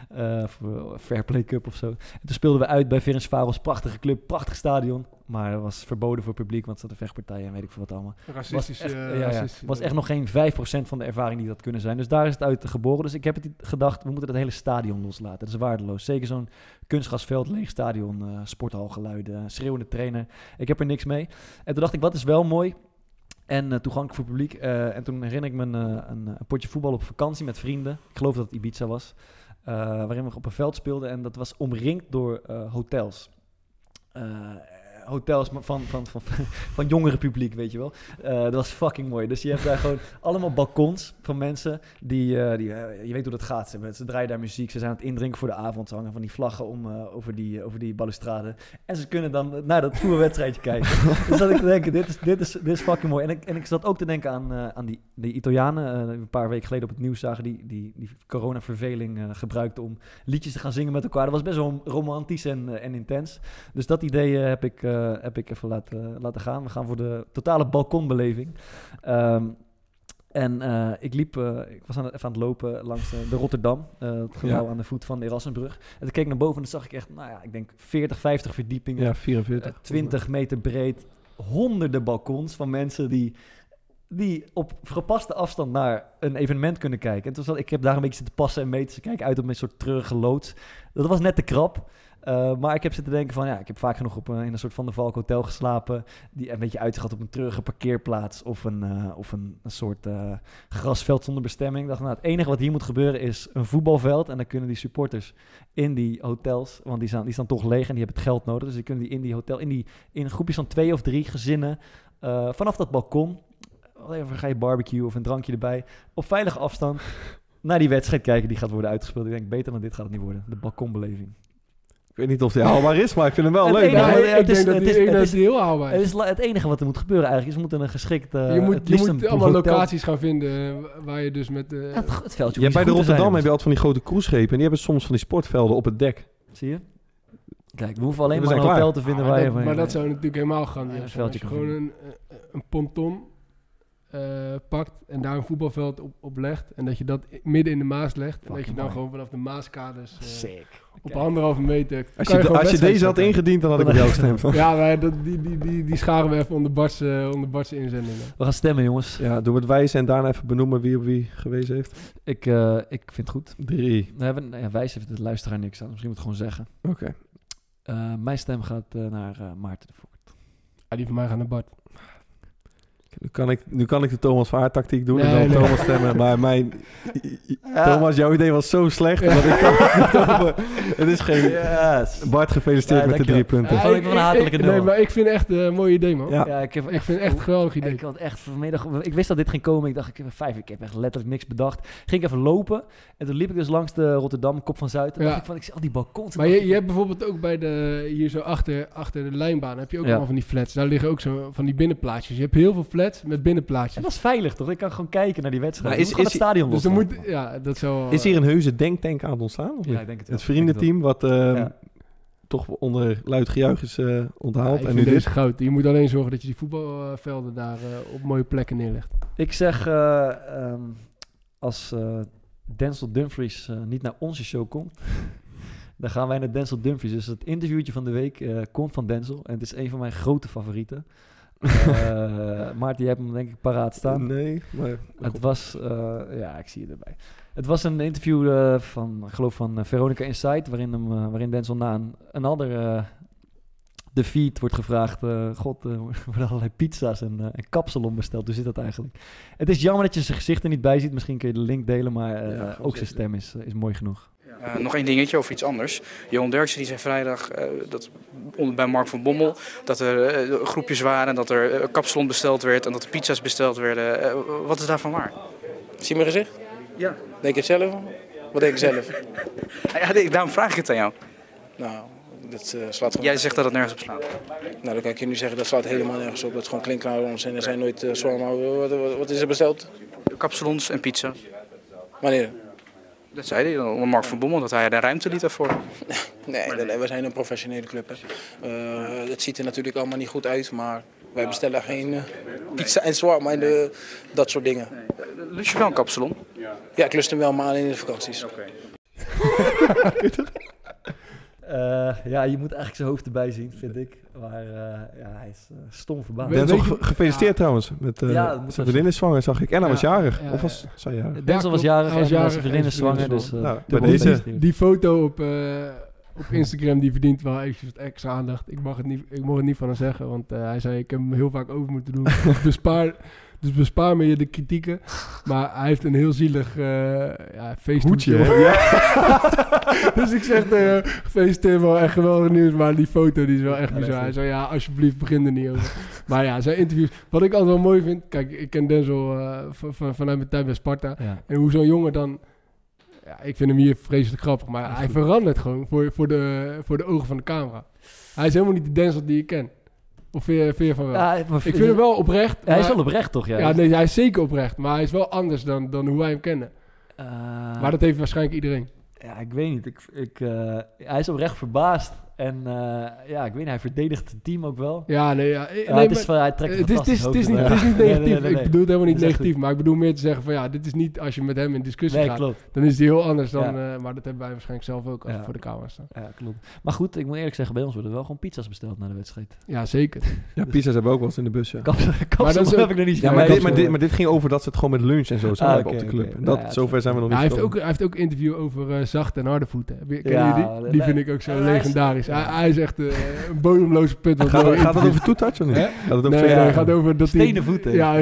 Voor Fair Play Cup of zo. En toen speelden we uit bij Ferencváros, prachtige club, prachtig stadion. Maar dat was verboden voor publiek, want er zaten vechtpartijen en weet ik veel wat allemaal. Racistisch. Was echt nog geen 5% van de ervaring die dat kunnen zijn. Dus daar is het uit geboren. Dus ik heb het gedacht, we moeten het hele stadion loslaten. Dat is waardeloos. Zeker zo'n kunstgrasveld, leeg stadion, sporthalgeluiden, schreeuwende trainer. Ik heb er niks mee. En toen dacht ik, wat is wel mooi... En toegankelijk voor publiek. En toen herinner ik me een potje voetbal op vakantie met vrienden. Ik geloof dat het Ibiza was. Waarin we op een veld speelden. En dat was omringd door hotels. Hotels van jongere publiek, weet je wel. Dat was fucking mooi. Dus je hebt daar gewoon allemaal balkons van mensen die je weet hoe dat gaat. Ze draaien daar muziek, ze zijn aan het indrinken voor de avond. Ze hangen van die vlaggen over die balustrade. En ze kunnen dan naar dat voetbalwedstrijdje kijken. Dus zat ik te denken, dit is fucking mooi. En ik zat ook te denken aan die Italianen. Een paar weken geleden op het nieuws zagen die coronaverveling gebruikten om liedjes te gaan zingen met elkaar. Dat was best wel romantisch en intens. Dus dat idee heb ik even laten gaan. We gaan voor de totale balkonbeleving. En ik was even aan het lopen langs de Rotterdam. Het gebouw aan de voet van de Erasmusbrug. En toen keek ik naar boven en dan zag ik echt, ik denk 40, 50 verdiepingen. Ja, 44. 20 meter breed. Honderden balkons van mensen die op gepaste afstand naar een evenement kunnen kijken. En ik heb daar een beetje zitten passen en meten. Ze kijken uit op een soort treurige loods. Dat was net te krap. Maar ik heb zitten denken van, ik heb vaak genoeg in een soort Van der Valk hotel geslapen. Die een beetje uitzicht had op een treurige parkeerplaats. Of een soort grasveld zonder bestemming. Ik dacht, het enige wat hier moet gebeuren is een voetbalveld. En dan kunnen die supporters in die hotels, want die staan toch leeg en die hebben het geld nodig. Dus die kunnen die in die hotel, in groepjes van 2 of 3 gezinnen, vanaf dat balkon, even ga je barbecue of een drankje erbij, op veilige afstand naar die wedstrijd kijken die gaat worden uitgespeeld. Ik denk, beter dan dit gaat het niet worden. De balkonbeleving. Ik weet niet of die haalbaar is, maar ik vind hem wel leuk. Ik denk dat die heel haalbaar is. Het enige wat er moet gebeuren eigenlijk is, we moeten een geschikt... je moet allemaal locaties gaan vinden waar je dus met... het veldje. Ja, bij de Rotterdam heb je altijd van die grote cruiseschepen en die hebben soms van die sportvelden op het dek. Zie je? Kijk, we hoeven alleen maar een hotel te vinden waar je... Maar dat zou natuurlijk helemaal gaan. Als je gewoon een ponton pakt en daar een voetbalveld op legt en dat je dat midden in de Maas legt en dat je dan gewoon vanaf de Maaskades op 1,5 meter... Als je deze had ingediend, dan had ik op jou gestemd. Ja, maar die scharen we even onder Bart's inzendingen. We gaan stemmen, jongens. Ja, doe het wijzen en daarna even benoemen wie op wie gewezen heeft. Ik vind het goed. 3. Wijs heeft de luisteraar niks aan. Misschien moet ik het gewoon zeggen. Oké. Mijn stem gaat naar Maarten de Voort. Die van mij gaat naar Bart. Nu kan ik de Thomas Vaart tactiek doen en dan Thomas stemmen. Maar Thomas, jouw idee was zo slecht. Dat ik kan het niet over. Het is geen... Yes. Bart, gefeliciteerd met de 3 punten. Ja, ik een hartelijke nul. Nee, maar ik vind echt een mooi idee, man. Ja. Ik vind het echt een geweldig idee. Ik wist dat dit ging komen. Ik dacht, ik heb echt letterlijk niks bedacht. Ging ik even lopen. En toen liep ik dus langs de Rotterdam, Kop van Zuid. En dacht ik zie al die balkons. Maar je hebt bijvoorbeeld ook bij hier zo achter de lijnbaan, heb je ook allemaal van die flats. Daar liggen ook zo van die binnenplaatsjes. Je hebt heel veel flats met binnenplaatsjes. En dat is veilig, toch? Ik kan gewoon kijken naar die wedstrijd. Maar is het stadion dus is hier een heuse denktank aan het ontstaan? Of ja, ik denk het wel. Het vriendenteam wat toch onder luid gejuich is onthaald. Ja, en nu deze goud. Je moet alleen zorgen dat je die voetbalvelden daar op mooie plekken neerlegt. Ik zeg, als Denzel Dumfries niet naar onze show komt, dan gaan wij naar Denzel Dumfries. Dus het interviewtje van de week komt van Denzel. En het is een van mijn grote favorieten. Maarten, jij hebt hem denk ik paraat staan. Nee, maar... Het was... ik zie het erbij. Het was een interview van Veronica Inside, waarin Denzel na een ander defeat wordt gevraagd... worden allerlei pizza's en kapsalon besteld. Hoe zit dat eigenlijk? Het is jammer dat je zijn gezicht er niet bij ziet. Misschien kun je de link delen, maar ook zijn stem is mooi genoeg. Nog één dingetje over iets anders. Johan Derksen die zei vrijdag bij Mark van Bommel dat er groepjes waren, dat er kapsalon besteld werd en dat er pizza's besteld werden. Wat is daarvan waar? Zie je mijn gezicht? Ja. Denk je het zelf? Wat denk je zelf? Daarom vraag ik het aan jou. Nou, dat slaat gewoon... Jij zegt dat het nergens op slaat. Nou, dan kan ik je nu zeggen, dat slaat helemaal nergens op. Dat is gewoon klinkklaar bij ons en er zijn nooit wat is er besteld? Kapsalons en pizza's. Wanneer? Dat zei hij dan, Mark van Bommel, dat hij de ruimte liet daarvoor. Nee, we zijn een professionele club. Het ziet er natuurlijk allemaal niet goed uit, maar wij bestellen geen pizza en shawarma en dat soort dingen. Lust je wel een kapsalon? Ja, ik lust hem wel, maar alleen in de vakanties. Okay. Je moet eigenlijk zijn hoofd erbij zien, vind ik. Maar hij is stom verbaasd. Denzel, gefeliciteerd trouwens. Met zijn vriendin is zwanger, zag ik. En hij was jarig. Of was zij jarig? Denzel was jarig en zijn vriendin is zwanger. Dus, bij deze. Die foto op Instagram die verdient wel eventjes wat extra aandacht. Ik mag het niet van hem zeggen, want hij zei ik heb hem heel vaak over moeten doen. Dus bespaar me je de kritieken. Maar hij heeft een heel zielig feesthoedje. Dus ik zeg gefeliciteerd, wel echt geweldig nieuws. Maar die foto die is wel echt bizar. Hij zei alsjeblieft begin er niet over. Maar ja, zijn interviews. Wat ik altijd wel mooi vind. Kijk, ik ken Denzel vanuit mijn tijd bij Sparta. Ja. En hoe zo'n jongen dan... Ja, ik vind hem hier vreselijk grappig. Maar hij verandert gewoon voor de ogen van de camera. Hij is helemaal niet de Denzel die ik ken. Of vind je van wel? Ja, ik vind hem wel oprecht. Hij is wel oprecht, toch? Ja, nee, hij is zeker oprecht. Maar hij is wel anders dan hoe wij hem kennen. Maar dat heeft waarschijnlijk iedereen. Ja, ik weet niet. Hij is oprecht verbaasd En ik weet niet, hij verdedigt het team ook wel. Ja, nee, hij trekt het is niet negatief. Nee. Ik bedoel het helemaal niet Dat is negatief. goed. Maar ik bedoel meer te zeggen van dit is niet als je met hem in discussie gaat. Klopt. Dan is het heel anders dan... maar dat hebben wij waarschijnlijk zelf ook als we voor de camera staan. Ja, klopt. Maar goed, ik moet eerlijk zeggen, bij ons worden wel gewoon pizza's besteld na de wedstrijd. Ja, zeker. Ja, pizza's hebben we ook wel eens in de bus, ja. Maar dat heb ik nog niet Ja, maar dit ging over dat ze het gewoon met lunch en zo hebben op de club. Okay. Zover zijn we nog niet hij heeft ook een interview over zachte en harde voeten. Kennen jullie die? Die vind ik ook zo legendarisch. Hij is echt een bodemloze put. Gaat het over two-touch of niet? Gaat het over nee, het gaat over dat stenen voeten. Ja.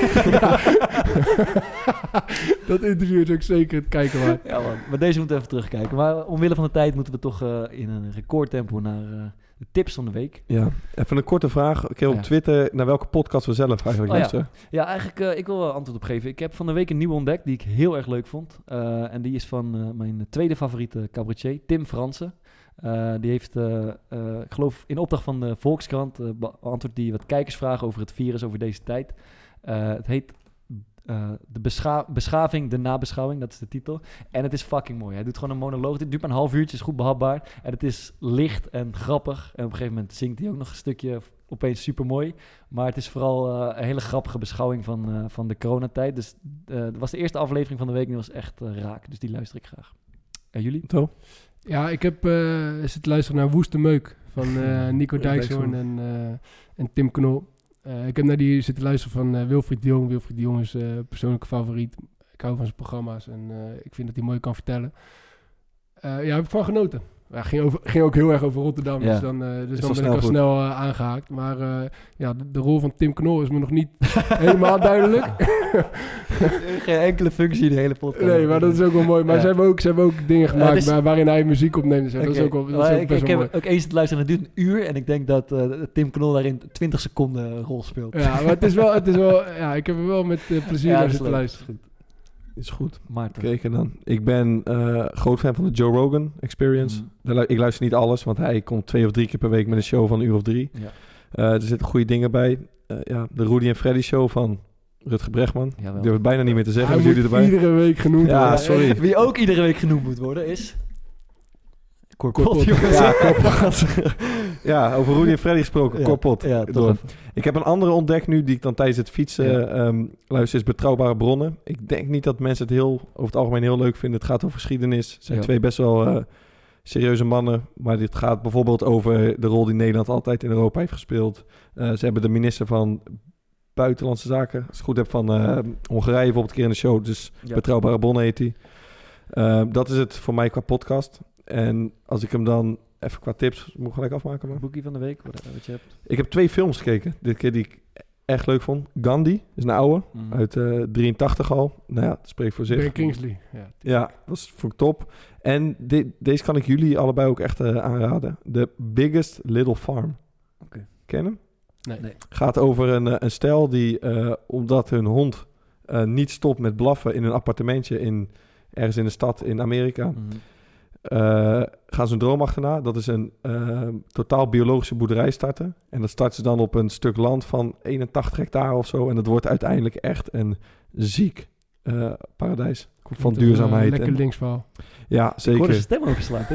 Dat interview is ook zeker het kijken waard. Ja, man. Maar deze moeten we even terugkijken. Maar omwille van de tijd moeten we toch in een recordtempo naar de tips van de week. Ja, even een korte vraag. Ik heb op Twitter naar welke podcast we zelf eigenlijk luisteren. Ja, eigenlijk, ik wil wel antwoord op geven. Ik heb van de week een nieuwe ontdekt die ik heel erg leuk vond. En die is van mijn tweede favoriete cabaretier, Tim Fransen. Die heeft, ik geloof in opdracht van de Volkskrant, beantwoordt die wat kijkersvragen over het virus, over deze tijd. Het heet de beschaving, de nabeschouwing, dat is de titel. En het is fucking mooi. Hij doet gewoon een monoloog. Dit duurt maar een half uurtje, is goed behapbaar. En het is licht en grappig. En op een gegeven moment zingt hij ook nog een stukje, opeens super mooi. Maar het is vooral een hele grappige beschouwing van de coronatijd. Dus dat was de eerste aflevering van de week en die was echt raak. Dus die luister ik graag. En jullie? Zo. Ja, ik heb zitten luisteren naar Woeste Meuk van Nico Dijkshoorn en Tim Knol. Ik heb naar die zitten luisteren van Wilfried de Jong. Wilfried de Jong is persoonlijke favoriet. Ik hou van zijn programma's en ik vind dat hij mooi kan vertellen. Heb ik van genoten. Ja, ging ook heel erg over Rotterdam, dus dan ben ik al snel aangehaakt. Maar de rol van Tim Knol is me nog niet helemaal duidelijk. Geen enkele functie in de hele podcast. Nee, maar dat is ook wel mooi. Maar ze hebben ook dingen gemaakt waarin hij muziek opneemt. Zo. Okay. Dat is ook wel best wel mooi. Ik heb ook eens het luisteren, het duurt een uur. En ik denk dat Tim Knol daarin 20 seconden een rol speelt. Ja, maar het is wel ik heb er wel met plezier naar zitten luisteren. Is goed. Maarten. Keken dan. Ik ben groot fan van de Joe Rogan Experience. Ik luister niet alles, want hij komt 2 of 3 keer per week met een show van 1 uur of 3. Ja. Er zitten goede dingen bij. De Rudy en Freddy show van Rutger Bregman. Ik durf het bijna niet meer te zeggen. Hij moet jullie erbij iedere week genoemd worden. Ja, sorry. Wie ook iedere week genoemd moet worden is... Korpot. Ja, over Rudy en Freddy gesproken. Korpot. Ja, toch. Ik heb een andere ontdekt nu die ik dan tijdens het fietsen luister, is Betrouwbare Bronnen. Ik denk niet dat mensen het over het algemeen heel leuk vinden. Het gaat over geschiedenis. Het zijn 2 best wel serieuze mannen. Maar dit gaat bijvoorbeeld over de rol die Nederland altijd in Europa heeft gespeeld. Ze hebben de minister van Buitenlandse Zaken, als ik het goed heb, van Hongarije bijvoorbeeld een keer in de show. Dus Betrouwbare Bronnen heet die. Dat is het voor mij qua podcast. En als ik hem dan even qua tips, moet ik gelijk afmaken. Maar. Boekie van de week, wat je hebt. Ik heb 2 films gekeken, dit keer die ik echt leuk vond. Gandhi is een oude, uit 83 al. Nou ja, dat spreekt voor zich. Ben Kingsley. Ja, dat vond ik top. En deze kan ik jullie allebei ook echt aanraden. The Biggest Little Farm. Okay. Ken hem? Nee. Gaat over een stel die, omdat hun hond niet stopt met blaffen in een appartementje ergens in de stad in Amerika... gaan ze een droom achterna. Dat is een totaal biologische boerderij starten. En dat starten ze dan op een stuk land van 81 hectare of zo. En dat wordt uiteindelijk echt een ziek paradijs. Van duurzaamheid. Lekker linksverhaal. Ja, zeker. Ik hoorde zijn stem overslaan.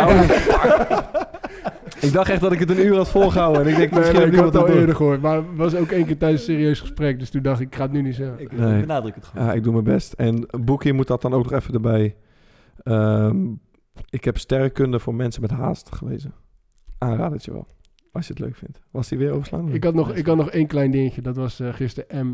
Ik dacht echt dat ik het een uur had volgehouden. En ik denk, ik had het al eerder gehoord. Maar het was ook 1 keer tijdens een serieus gesprek. Dus toen dacht ik ga het nu niet zeggen. Ik benadruk het gewoon. Ja, ik doe mijn best. En Boekie moet dat dan ook nog even erbij... ik heb Sterrenkunde voor mensen met haast gelezen. Aanradertje wel. Als je het leuk vindt. Was die weer overslaan? Ik had nog 1 klein dingetje. Dat was gisteren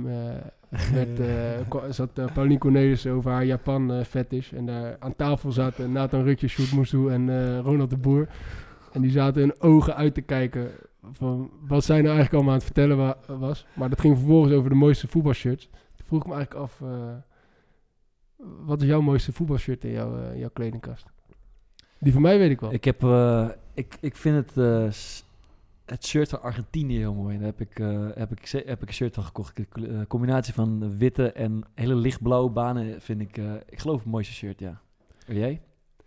zat Pauline Cornelissen over haar Japan fetish. En daar aan tafel zaten Nathan Rutje, Sjoerd Moesoe en Ronald de Boer. En die zaten hun ogen uit te kijken van wat zij nou eigenlijk allemaal aan het vertellen was. Maar dat ging vervolgens over de mooiste voetbalshirts. Toen vroeg ik me eigenlijk af, wat is jouw mooiste voetbalshirt in jouw kledingkast? Die van mij weet ik wel. Ik vind het shirt van Argentinië heel mooi. Daar heb ik een shirt van gekocht. Een combinatie van witte en hele lichtblauwe banen vind ik geloof het mooiste shirt, ja. En jij?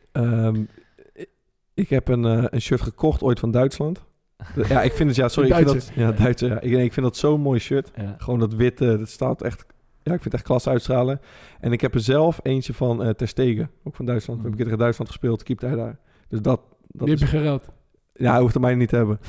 Ik heb een shirt gekocht ooit van Duitsland. Ja, ik vind het, Duitser. Ja. Ik vind dat zo'n mooi shirt. Ja. Gewoon dat witte, dat staat echt... Ja, ik vind het echt klasse uitstralen. En ik heb er zelf eentje van Ter Stegen, ook van Duitsland. We hebben een keer tegen Duitsland gespeeld, keepte hij daar. Dus dat die heb je geruild? Ja, hij hoeft er mij niet te hebben.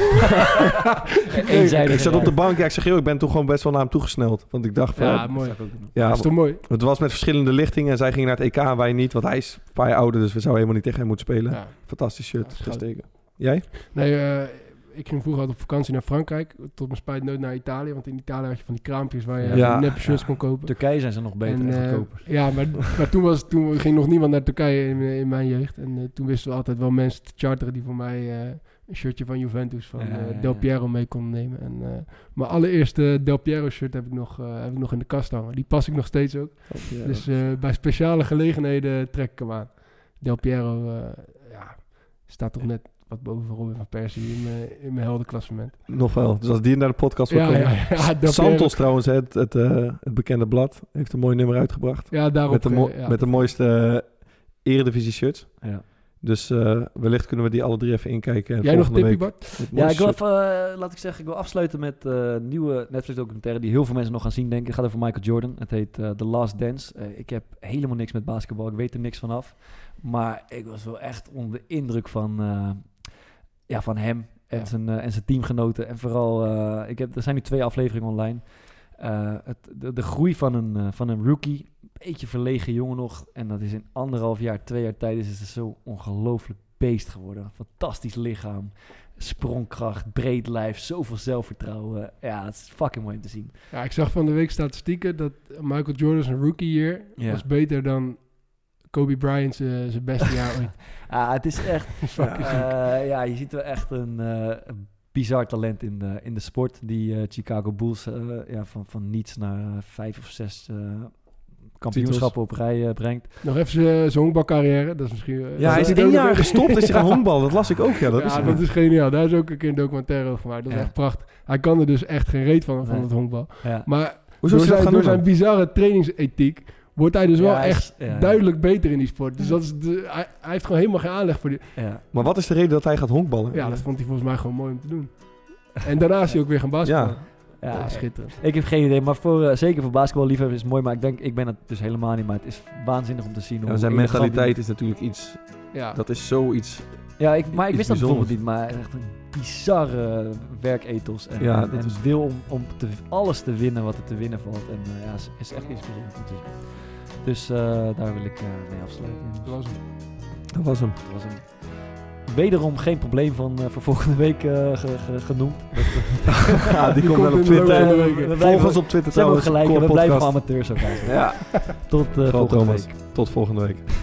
Ik zat op de bank. Ja, ik zeg, ik ben toen gewoon best wel naar hem toegesneld. Want ik dacht van... Ja, mooi. Ja, dat is toch mooi? Het was met verschillende lichtingen. Zij gingen naar het EK en wij niet. Want hij is een paar jaar ouder, dus we zouden helemaal niet tegen hem moeten spelen. Ja. Fantastisch shirt. Steken. Jij? Nee, ik ging vroeger altijd op vakantie naar Frankrijk. Tot mijn spijt nooit naar Italië. Want in Italië had je van die kraampjes waar je neppe shirts kon kopen. Turkije zijn ze nog beter en goedkoper. Ja, maar toen ging nog niemand naar Turkije in mijn jeugd. En toen wisten we altijd wel mensen te charteren die voor mij een shirtje van Juventus van Del Piero mee konden nemen. En mijn allereerste Del Piero shirt heb ik nog in de kast hangen. Die pas ik nog steeds ook. Dus bij speciale gelegenheden trek ik hem aan. Del Piero staat toch net wat boven Robin van Persie in mijn heldenklassement. Nog wel. Dus als die naar de podcast wil komen. Ja, Santos trouwens, het bekende blad, heeft een mooi nummer uitgebracht. Ja, daarop. Met de mooiste eredivisie shirts. Ja. Dus wellicht kunnen we die alle 3 even inkijken. En jij nog tippie, Bart? Ja, ik wil even, ik wil afsluiten met een nieuwe Netflix-documentaire die heel veel mensen nog gaan zien, denk ik. Het gaat over Michael Jordan. Het heet The Last Dance. Ik heb helemaal niks met basketbal. Ik weet er niks vanaf. Maar ik was wel echt onder de indruk van hem en zijn teamgenoten. En vooral, er zijn nu 2 afleveringen online. De groei van een rookie, een beetje verlegen jongen nog. En dat is in 1,5 jaar, 2 jaar tijd is het zo ongelooflijk beest geworden. Fantastisch lichaam, sprongkracht, breed lijf, zoveel zelfvertrouwen. Ja, het is fucking mooi om te zien. Ja, ik zag van de week statistieken dat Michael Jordan zijn rookie year was beter dan Kobe Bryant zijn beste jaar ooit. Het is echt... je ziet wel echt een bizar talent in de sport. Die Chicago Bulls van niets naar 5 of 6 kampioenschappen op rij brengt. Nog even zijn honkbalcarrière. Dat is misschien... hij is 1 jaar gestopt is hij gaan honkballen. Dat las ik ook. Ja, dat is geniaal. Daar is ook een keer een documentaire over gemaakt. Dat is echt prachtig. Hij kan er dus echt geen reet van het honkbal. Ja. Maar door zijn bizarre trainingsethiek wordt hij dus wel echt duidelijk beter in die sport. Dus dat is hij heeft gewoon helemaal geen aanleg voor die... Ja. Maar wat is de reden dat hij gaat honkballen? Ja, dat vond hij volgens mij gewoon mooi om te doen. En daarna is hij ook weer gaan basketballen. Ja, schitterend. Ik heb geen idee, maar zeker voor basketballiefhebbers is het mooi. Maar ik ben het dus helemaal niet. Maar het is waanzinnig om te zien. Zijn mentaliteit is natuurlijk iets... Ja. Dat is zoiets... Ja, ik wist dat bijvoorbeeld niet. Maar echt een bizarre werkethos. En wil om alles te winnen wat er te winnen valt. En is echt inspirerend om te zien. Dus daar wil ik mee afsluiten. Dat was hem. Wederom geen probleem voor volgende week genoemd. Die komt wel op Twitter. Volg ons op Twitter trouwens. We blijven amateurs ook eigenlijk. Ja. Tot volgende week. Tot volgende week.